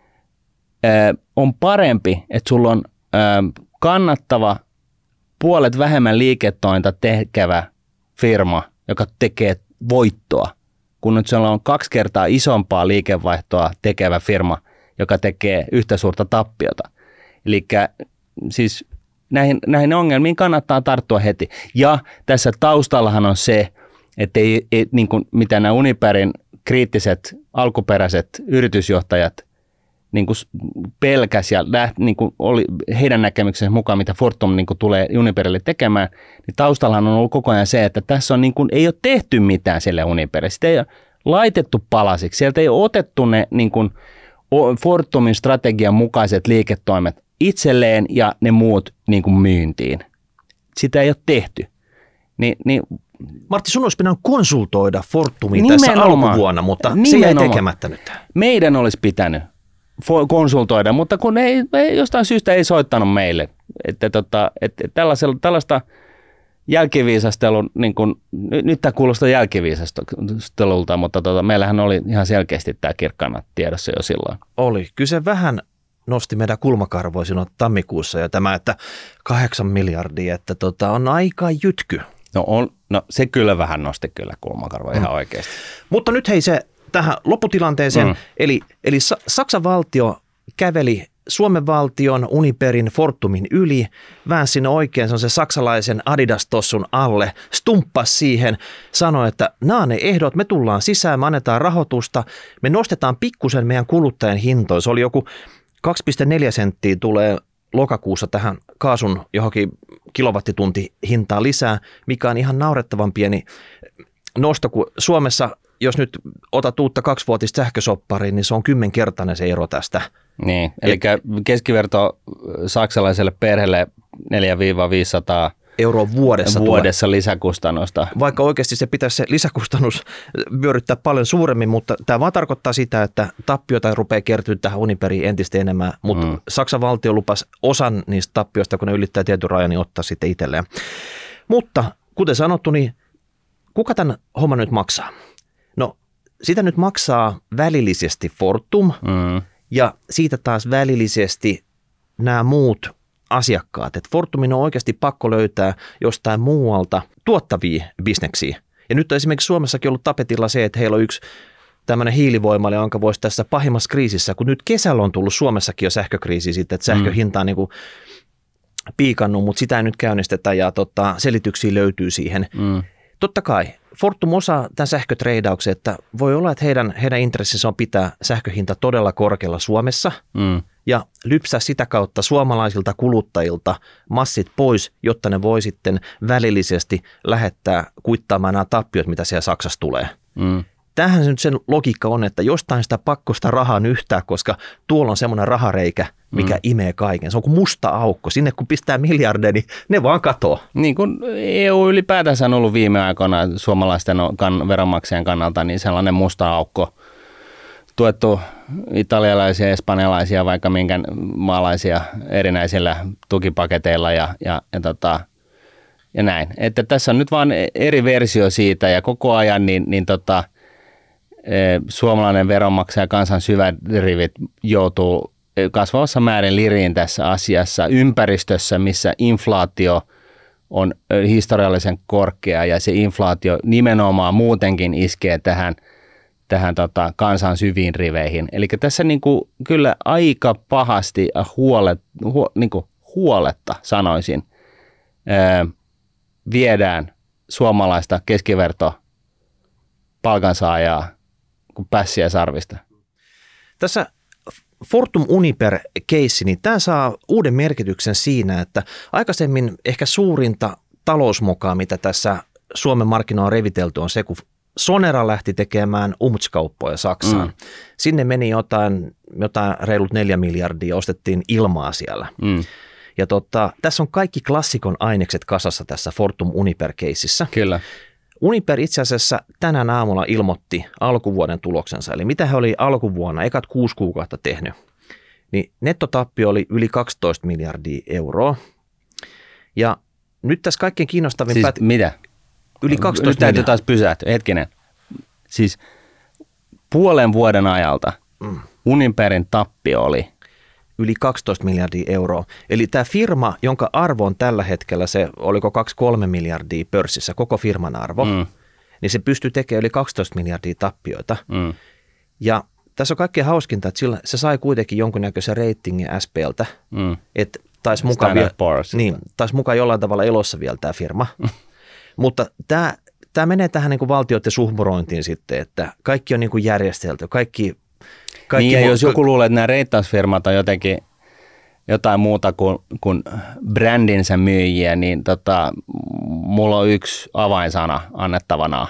Speaker 1: ää, on parempi, että sulla on ää, kannattava, puolet vähemmän liiketointa tekevä firma, joka tekee voittoa, kun nyt siellä on kaksi kertaa isompaa liikevaihtoa tekevä firma, joka tekee yhtä suurta tappiota. Eli siis näihin, näihin ongelmiin kannattaa tarttua heti. Ja tässä taustallahan on se, että ei, ei, niin kuin mitä nämä Uniperin kriittiset alkuperäiset yritysjohtajat niin kuin pelkäs ja läht, niin kuin oli heidän näkemyksensä mukaan, mitä Fortum niin kuin tulee Uniperille tekemään, niin taustallahan on ollut koko ajan se, että tässä on niin kuin, ei ole tehty mitään sille Uniperille. Sitä ei ole laitettu palasiksi. Sieltä ei ole otettu ne niin kuin Fortumin strategian mukaiset liiketoimet itselleen ja ne muut niin kuin myyntiin. Sitä ei ole tehty. Ni, niin,
Speaker 2: Martti, sun olisi pitänyt konsultoida Fortumia tässä alkuvuonna, mutta se jäi tekemättä nyt.
Speaker 1: Meidän olisi pitänyt konsultoida, mutta kun ei, ei, jostain syystä ei soittanut meille. Että, tota, että tällaista jälkiviisastelun, niin kun, nyt tämä kuulostaa jälkiviisastelulta, mutta tota, meillähän oli ihan selkeästi tämä kirkkaana tiedossa jo silloin.
Speaker 2: Oli. Kyllä se vähän nosti meidän kulmakarvoja silloin tammikuussa ja tämä, että kahdeksan miljardia, että tota, on aika jytky.
Speaker 1: No, on, no se kyllä vähän nosti kyllä kulmakarvoja mm. ihan oikeasti.
Speaker 2: Mutta nyt hei se tähän lopputilanteeseen, mm. eli, eli Saksan valtio käveli Suomen valtion, Uniperin, Fortumin yli, väänsi sinne oikein, se on se saksalaisen Adidas-tossun alle, stumppasi siihen, sanoi, että nämä ne ehdot, me tullaan sisään, me annetaan rahoitusta, me nostetaan pikkusen meidän kuluttajan hintoja, se oli joku kaksi pilkku neljä senttiä tulee lokakuussa tähän kaasun johonkin kilowattitunti hintaa lisää, mikä on ihan naurettavan pieni nosto, kun Suomessa, jos nyt otat uutta kaksivuotista sähkösopparia, niin se on kymmenkertainen se ero tästä.
Speaker 1: Niin, eli keskiverto saksalaiselle perheelle neljä viisisataa
Speaker 2: euroa vuodessa,
Speaker 1: vuodessa lisäkustannusta.
Speaker 2: Vaikka oikeasti se pitäisi se lisäkustannus vyöryttää paljon suuremmin, mutta tämä vaan tarkoittaa sitä, että tappiota rupeaa kertyä tähän Uniperiin entistä enemmän, mutta mm. Saksan valtio lupasi osan niistä tappioista, kun ne ylittää tietyn rajan, niin ottaa sitten itselleen. Mutta kuten sanottu, niin kuka tämän homman nyt maksaa? No sitä nyt maksaa välillisesti Fortum mm. ja siitä taas välillisesti nämä muut asiakkaat. Et Fortumin on oikeasti pakko löytää jostain muualta tuottavia bisneksiä. Ja nyt on esimerkiksi Suomessakin ollut tapetilla se, että heillä on yksi tämmöinen hiilivoimala, jonka voisi tässä pahimmassa kriisissä, kun nyt kesällä on tullut Suomessakin jo sähkökriisi sitten, että sähkön hinta on niin kuin piikannut, mutta sitä ei nyt käynnistetä ja tota, selityksiä löytyy siihen. Mm. Totta kai Fortum osaa tämän sähkötreidauksen, että voi olla, että heidän, heidän intressissä on pitää sähköhinta todella korkealla Suomessa mm. ja lypsää sitä kautta suomalaisilta kuluttajilta massit pois, jotta ne voi sitten välillisesti lähettää kuittaamaan nämä tappiot, mitä siellä Saksassa tulee. Mm. Tämähän se nyt sen logiikka on, että jostain sitä pakkosta rahaa nyhtää, koska tuolla on semmoinen rahareikä, mikä mm. imee kaiken. Se on kuin musta aukko. Sinne kun pistää miljardeja, niin ne vaan katoo.
Speaker 1: Niin kuin E U ylipäätänsä on ollut viime aikoina suomalaisten veronmaksajien kannalta niin sellainen musta aukko. Tuettu italialaisia, espanjalaisia, vaikka minkä maalaisia erinäisillä tukipaketeilla ja, ja, ja, tota, ja näin. Että tässä on nyt vaan eri versio siitä ja koko ajan niin, niin tota, suomalainen veronmaksaja kansan syvät rivit joutuu kasvavassa määrin liriin tässä asiassa ympäristössä, missä inflaatio on historiallisen korkea ja se inflaatio nimenomaan muutenkin iskee tähän, tähän tota kansan syviin riveihin. Eli tässä niin kuin kyllä aika pahasti huolet, hu, niin kuin huoletta sanoisin ää, viedään suomalaista keskiverto palkansaajaa kuin pässiä sarvista.
Speaker 2: Tässä Fortum Uniper-keissi, niin tämä saa uuden merkityksen siinä, että aikaisemmin ehkä suurinta talousmokaa, mitä tässä Suomen markkinoilla on revitelty, on se, kun Sonera lähti tekemään umtskauppoja Saksaan. Mm. Sinne meni jotain, jotain reilut neljä miljardia, ostettiin ilmaa siellä. Mm. Ja tota, tässä on kaikki klassikon ainekset kasassa tässä Fortum Uniper-keississä.
Speaker 1: Kyllä.
Speaker 2: Uniper itse asiassa tänään aamulla ilmoitti alkuvuoden tuloksensa, eli mitä he oli alkuvuonna, ekat kuusi kuukautta tehnyt, niin nettotappio oli yli kaksitoista miljardia euroa. Ja nyt tässä kaikkein kiinnostavin...
Speaker 1: Siis
Speaker 2: päät...
Speaker 1: mitä?
Speaker 2: Yli kaksitoista
Speaker 1: Nyt täytyy taas pysähtyä, hetkinen. Siis puolen vuoden ajalta mm. Uniperin tappio oli...
Speaker 2: Yli kaksitoista miljardia euroa. Eli tämä firma, jonka arvo on tällä hetkellä se, oliko kaksi kolme miljardia pörssissä, koko firman arvo, mm. niin se pystyy tekemään yli kaksitoista miljardia tappioita. Mm. Ja tässä on kaikkein hauskinta, että sillä, se sai kuitenkin jonkunnäköisen reitingin S P:ltä, mm. että taisi mukaan, vielä, niin, tais mukaan jollain tavalla elossa vielä tämä firma. Mutta tämä, tämä menee tähän niin kuin valtioiden suhmurointiin sitten, että kaikki on niin kuin järjestelty, kaikki... Kaikki
Speaker 1: niin ja
Speaker 2: mu-
Speaker 1: jos joku luulee, että nämä reittausfirmat on jotenkin jotain muuta kuin, kuin brändinsä myyjiä, niin tota, mulla on yksi avainsana annettavana,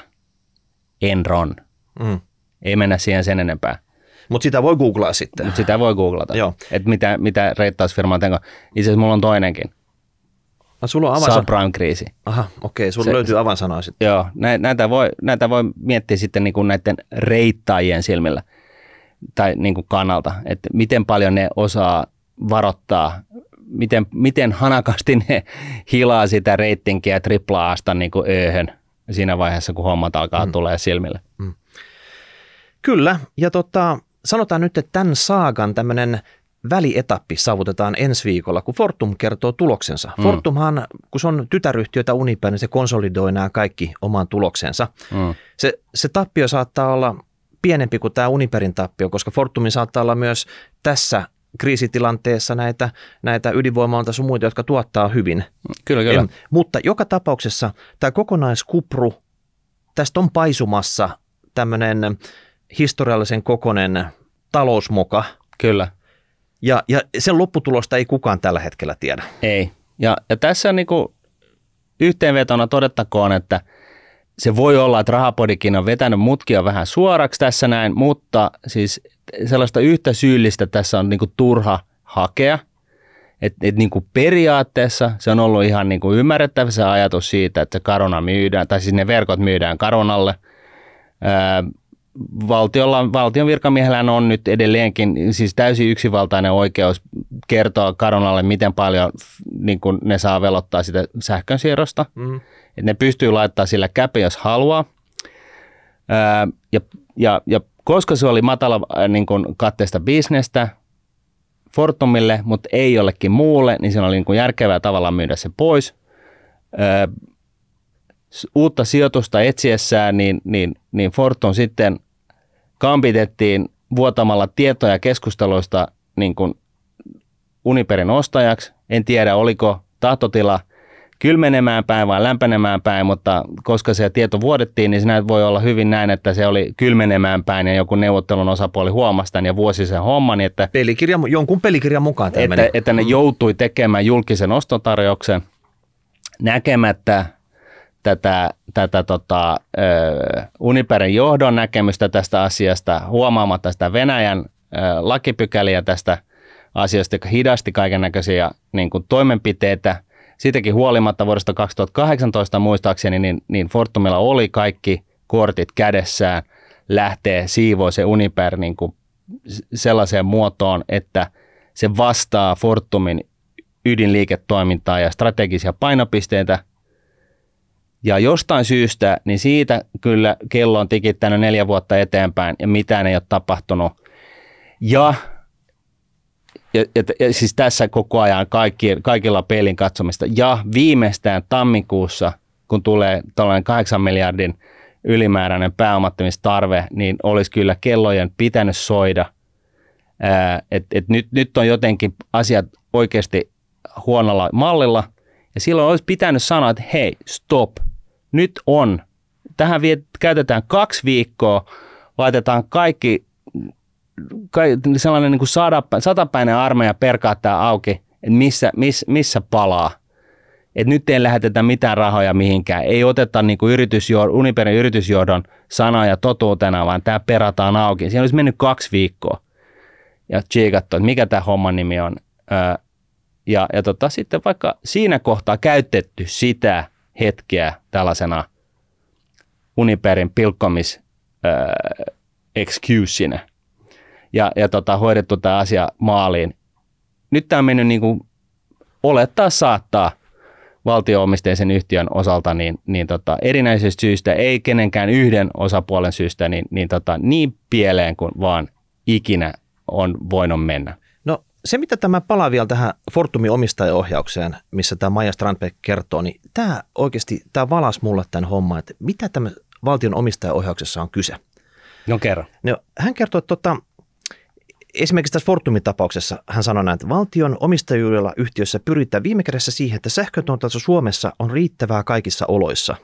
Speaker 1: Enron. Mm. Ei mennä siihen sen enempää.
Speaker 2: Mutta sitä voi googlaa sitten.
Speaker 1: Mut sitä voi googlata, että mitä, mitä reittausfirma tekee. Itse asiassa mulla on toinenkin.
Speaker 2: No, sulla on avansana-
Speaker 1: Subprime-kriisi.
Speaker 2: Aha, okei, sulla se, löytyy avainsanaa sitten.
Speaker 1: Joo, näitä voi, näitä voi miettiä sitten niin kuin näiden reittaajien silmillä. Tai niin kuin kannalta, että miten paljon ne osaa varoittaa, miten, miten hanakasti ne hilaa sitä reittinkiä tripla Asta niin kuin ööhön siinä vaiheessa, kun hommat alkaa mm. tulee silmille. Mm.
Speaker 2: Kyllä, ja tota, sanotaan nyt, että tämän saagan tämmöinen välietappi saavutetaan ensi viikolla, kun Fortum kertoo tuloksensa. Mm. Fortumhan, kun se on tytäryhtiötä Uniper, niin se konsolidoi nämä kaikki omaan tuloksensa. Mm. Se, se tappio saattaa olla pienempi kuin tämä Uniperin tappio, koska Fortumin saattaa olla myös tässä kriisitilanteessa näitä, näitä ydinvoimaloita sun muita, jotka tuottaa hyvin.
Speaker 1: Kyllä, kyllä.
Speaker 2: En, mutta joka tapauksessa tämä kokonaiskupru, tästä on paisumassa tämmöinen historiallisen kokoinen talousmoka.
Speaker 1: Kyllä.
Speaker 2: Ja, ja sen lopputulosta ei kukaan tällä hetkellä tiedä.
Speaker 1: Ei. Ja, ja tässä niin kuin yhteenvetona todettakoon, että se voi olla, että Rahapodikin on vetänyt mutkia vähän suoraksi tässä näin, mutta siis sellaista yhtä syyllistä tässä on niin kuin turha hakea. Että et niin kuin periaatteessa se on ollut ihan niin kuin ymmärrettävä se ajatus siitä, että se Caruna myydään, tai siis ne verkot myydään Carunalle. Ää, valtiolla, valtion virkamiehellä on nyt edelleenkin siis täysin yksivaltainen oikeus kertoa Carunalle, miten paljon niin kuin ne saa velottaa sitä sähkönsiirrosta. Mm. Että ne pystyy laittamaan sillä käpe, jos haluaa. Ää, ja, ja, ja koska se oli matala niin kuin katteista bisnestä Fortumille, mutta ei jollekin muulle, niin se oli niin kuin järkevää tavallaan myydä se pois. Ää, uutta sijoitusta etsiessään, niin, niin, niin Fortum sitten kampitettiin vuotamalla tietoja keskusteluista niin kuin Uniperin ostajaksi. En tiedä, oliko tahtotila kylmenemään päin vai lämpenemään päin, mutta koska se tieto vuodettiin, niin siinä voi olla hyvin näin, että se oli kylmenemään päin ja joku neuvottelun osapuoli huomasi tämän ja vuosi sen homman. Että,
Speaker 2: Pelikirja, jonkun pelikirjan mukaan tämä
Speaker 1: että, että ne joutui tekemään julkisen ostotarjouksen näkemättä tätä, tätä tota, Uniperin johdon näkemystä tästä asiasta, huomaamatta sitä Venäjän lakipykäliä tästä asiasta, joka hidasti kaikennäköisiä niin kuin toimenpiteitä. Siitäkin huolimatta vuodesta kaksituhattakahdeksantoista muistaakseni, niin, niin Fortumilla oli kaikki kortit kädessään lähtee siivoa se Uniper niin kuin sellaiseen muotoon, että se vastaa Fortumin ydinliiketoimintaa ja strategisia painopisteitä. Ja jostain syystä, niin siitä kyllä kello on tikittänyt neljä vuotta eteenpäin ja mitään ei ole tapahtunut. Ja, ja, ja, ja siis tässä koko ajan kaikki, kaikilla pelin katsomista. Ja viimeistään tammikuussa, kun tulee tällainen kahdeksan miljardin ylimääräinen pääomattamistarve, niin olisi kyllä kellojen pitänyt soida. Että et nyt, nyt on jotenkin asiat oikeasti huonolla mallilla. Ja silloin olisi pitänyt sanoa, että hei, stop, nyt on. Tähän viet, käytetään kaksi viikkoa, laitetaan kaikki, kaikki sellainen niin kuin satapäinen armeija perkaa tämä auki, että missä, missä, missä palaa. Et nyt ei lähetetä mitään rahoja mihinkään. Ei oteta niin kuin yritysjohdon, Uniperin yritysjohdon sanoja totuutena, vaan tämä perataan auki. Siinä olisi mennyt kaksi viikkoa ja tsiikattu, että mikä tämä homman nimi on. Ja, ja tota, sitten vaikka siinä kohtaa käytetty sitä hetkeä tällaisena Uniperin pilkkomis äh, excuseina ja, ja tota, hoidettu tämä asia maaliin. Nyt tämä on mennyt niin kuin olettaa saattaa valtio-omisteisen yhtiön osalta niin, niin tota, erinäisistä syistä, ei kenenkään yhden osapuolen syystä, niin, niin, tota, niin pieleen kuin vaan ikinä on voinut mennä.
Speaker 2: No se, mitä tämä palaa vielä tähän Fortumin omistajaohjaukseen, missä tämä Maija Strandberg kertoo, niin tämä oikeasti, tämä valasi mulle tämän homman, että mitä tämä valtion omistajaohjauksessa on kyse.
Speaker 1: No kerro.
Speaker 2: No, hän kertoo, että tota, esimerkiksi tässä Fortumin tapauksessa hän sanoi näin, että valtion omistajuudella yhtiössä pyritään viime kädessä siihen, että sähkötuotanto Suomessa on riittävää kaikissa oloissa.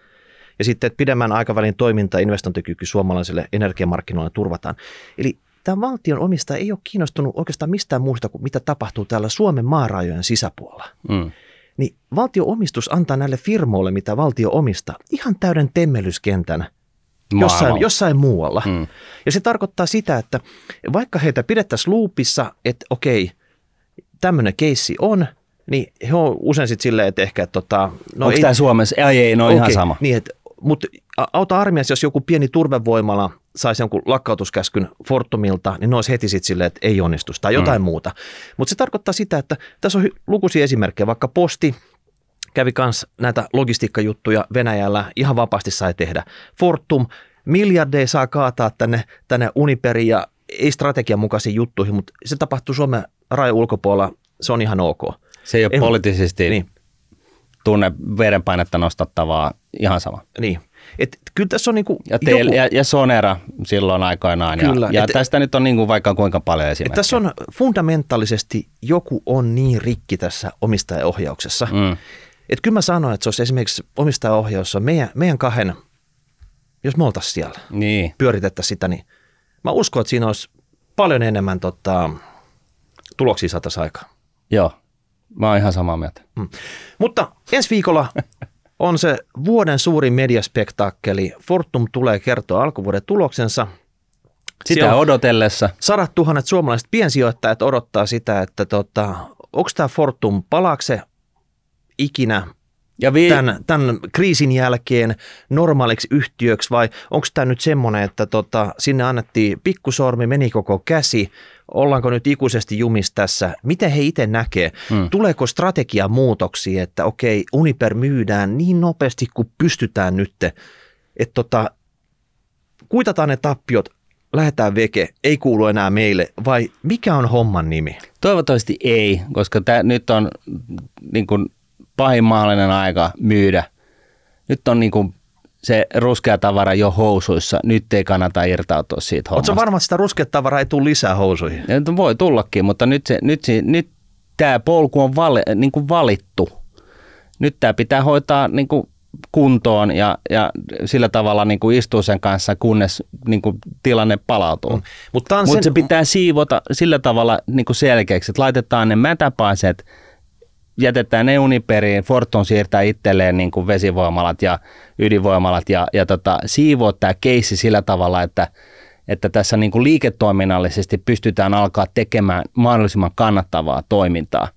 Speaker 2: Ja sitten, että pidemmän aikavälin toiminta ja investointikyky suomalaisille energiamarkkinoille turvataan. Eli tämä valtion omistaja ei ole kiinnostunut oikeastaan mistään muusta kuin mitä tapahtuu täällä Suomen maarajojen sisäpuolella. Mm. Niin valtio-omistus antaa näille firmoille, mitä valtio omistaa, ihan täyden temmelyskentän jossain, jossain muualla. Mm. Ja se tarkoittaa sitä, että vaikka heitä pidettäisiin luupissa, että okei, tämmöinen keissi on, niin he on usein sitten silleen, että ehkä, että tota, no
Speaker 1: onko tämä Suomessa? Ei, ei, no okay, ihan sama.
Speaker 2: Niin, että, mutta auta armiassa, jos joku pieni turvevoimala saisi jonkun lakkautuskäskyn Fortumilta, niin ne olisi heti sitten silleen, että ei onnistu tai jotain mm. muuta. Mutta se tarkoittaa sitä, että tässä on lukuisia esimerkkejä, vaikka Posti kävi myös näitä logistiikkajuttuja Venäjällä, ihan vapaasti sai tehdä. Fortum, miljardeja saa kaataa tänne, tänne Uniperiin ja ei strategian mukaisiin juttuihin, mutta se tapahtuu Suomen rajan ulkopuolella, se on ihan ok.
Speaker 1: Se ei ole ei, poliittisesti niin. tunne verenpainetta nostattavaa, ihan sama.
Speaker 2: Niin. Et, kyllä tässä on niinku
Speaker 1: ja, teil, joku... ja, ja Sonera silloin aikoinaan. Kyllä, ja, ja et, tästä nyt on niinku vaikka kuinka paljon esimerkkejä.
Speaker 2: Tässä on fundamentaalisesti joku on niin rikki tässä omistajaohjauksessa. Mm. Että kyllä mä sanoin, että se olisi esimerkiksi omistajaohjaus meidän, meidän kahden, jos me oltaisiin siellä,
Speaker 1: niin.
Speaker 2: pyöritettäisiin sitä, niin mä uskon, että siinä olisi paljon enemmän tota, tuloksia saataisiin aikaan.
Speaker 1: Joo, mä oon ihan samaa mieltä.
Speaker 2: Mm. Mutta ensi viikolla on se vuoden suurin mediaspektaakkeli. Fortum tulee kertoa alkuvuoden tuloksensa.
Speaker 1: Sitä Siellä odotellessa.
Speaker 2: Sadat tuhannet suomalaiset piensijoittajat odottaa sitä, että tota, onko tämä Fortum, palaako se ikinä ja vi- tämän, tämän kriisin jälkeen normaaliksi yhtiöksi vai onko tämä nyt semmoinen, että tota, sinne annettiin pikkusormi, meni koko käsi, ollaanko nyt ikuisesti jumis tässä, miten he itse näkee, hmm. tuleeko strategiamuutoksia, että okei, Uniper myydään niin nopeasti kuin pystytään nyt, että tota, kuitataan ne tappiot, lähdetään veke, ei kuulu enää meille, vai mikä on homman nimi?
Speaker 1: Toivottavasti ei, koska tää nyt on niin kuin pahin mahdollinen aika myydä. Nyt on niin kuin se ruskea tavara jo housuissa. Nyt ei kannata irtautua siitä hommasta.
Speaker 2: Oletko varma, että sitä ruskea tavaraa ei tule lisää housuihin?
Speaker 1: Ja voi tullakin, mutta nyt, se, nyt, se, nyt tämä polku on vali, niin kuin valittu. Nyt tämä pitää hoitaa niin kuin kuntoon ja, ja sillä tavalla niin kuin istua sen kanssa, kunnes niin kuin tilanne palautuu. Mm. Mutta Mut sen... se pitää siivota sillä tavalla niin kuin selkeäksi, että laitetaan ne mätäpaiset, jätetään ne Uniperiin, Fortum siirtää itselleen niin kuin vesivoimalat ja ydinvoimalat ja, ja tota, siivoa tämä keissi sillä tavalla, että, että tässä niin kuin liiketoiminnallisesti pystytään alkaa tekemään mahdollisimman kannattavaa toimintaa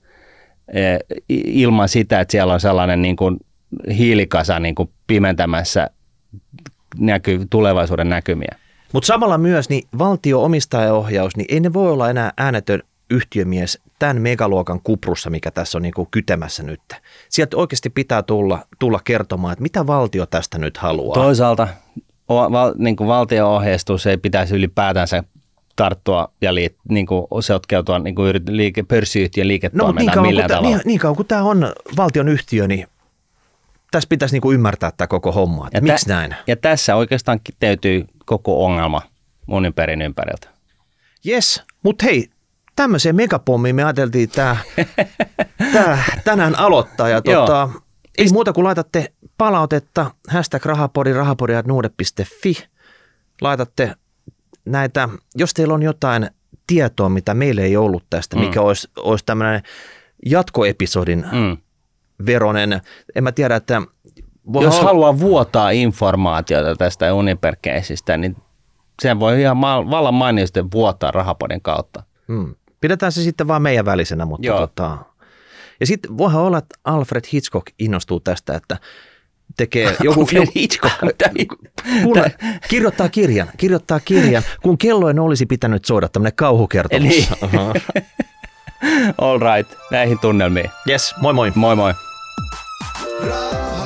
Speaker 1: ilman sitä, että siellä on sellainen niin kuin hiilikasa niin kuin pimentämässä näky, tulevaisuuden näkymiä.
Speaker 2: Mutta samalla myös niin valtio-omistajaohjaus, niin ei ne voi olla enää äänetön yhtiömies tämän megaluokan kuprussa, mikä tässä on niin kuin kytemässä nyt. Sieltä oikeasti pitää tulla, tulla kertomaan, että mitä valtio tästä nyt haluaa.
Speaker 1: Toisaalta val, niin kuin valtio-ohjeistus ei pitäisi ylipäätänsä tarttua ja liit, niin kuin sotkeutua niin kuin liike, pörssiyhtiön liiketoimintaan no, niin millään tavalla.
Speaker 2: Niin, niin kauan kuin tämä on valtion yhtiö, niin tässä pitäisi niin kuin ymmärtää tämä koko homma. Että miksi tä, näin?
Speaker 1: Ja tässä oikeastaan kiteytyy koko ongelma Uniperin ympäriltä.
Speaker 2: Jes, mutta hei, tämmöiseen megapommiin me ajateltiin tämä, tämä tänään aloittaa. Ja tuota, ei muuta kuin laitatte palautetta, hashtag rahapodi, rahapodi at nuude piste fi. Laitatte näitä, jos teillä on jotain tietoa, mitä meillä ei ollut tästä, mm. mikä olisi, olisi tämmöinen jatkoepisodin mm. veronen. En mä tiedä, että...
Speaker 1: Jos olla... haluaa vuotaa informaatiota tästä Uniper-keisistä, niin sen voi ihan vallan mainiosti vuotaa rahapodin kautta.
Speaker 2: Hmm. Pidetään se sitten vaan meidän välisenä, mutta tota... Ja sitten voihan olla, että Alfred Hitchcock innostuu tästä, että tekee joku,
Speaker 1: Alfred Hitchcock.
Speaker 2: kuule, kirjoittaa kirjan, kirjoittaa kirjan, kun kellojen olisi pitänyt soida tämmöinen kauhukertomus.
Speaker 1: Niin. All right, näihin tunnelmiin.
Speaker 2: Yes, moi moi.
Speaker 1: Moi moi.
Speaker 3: Raha.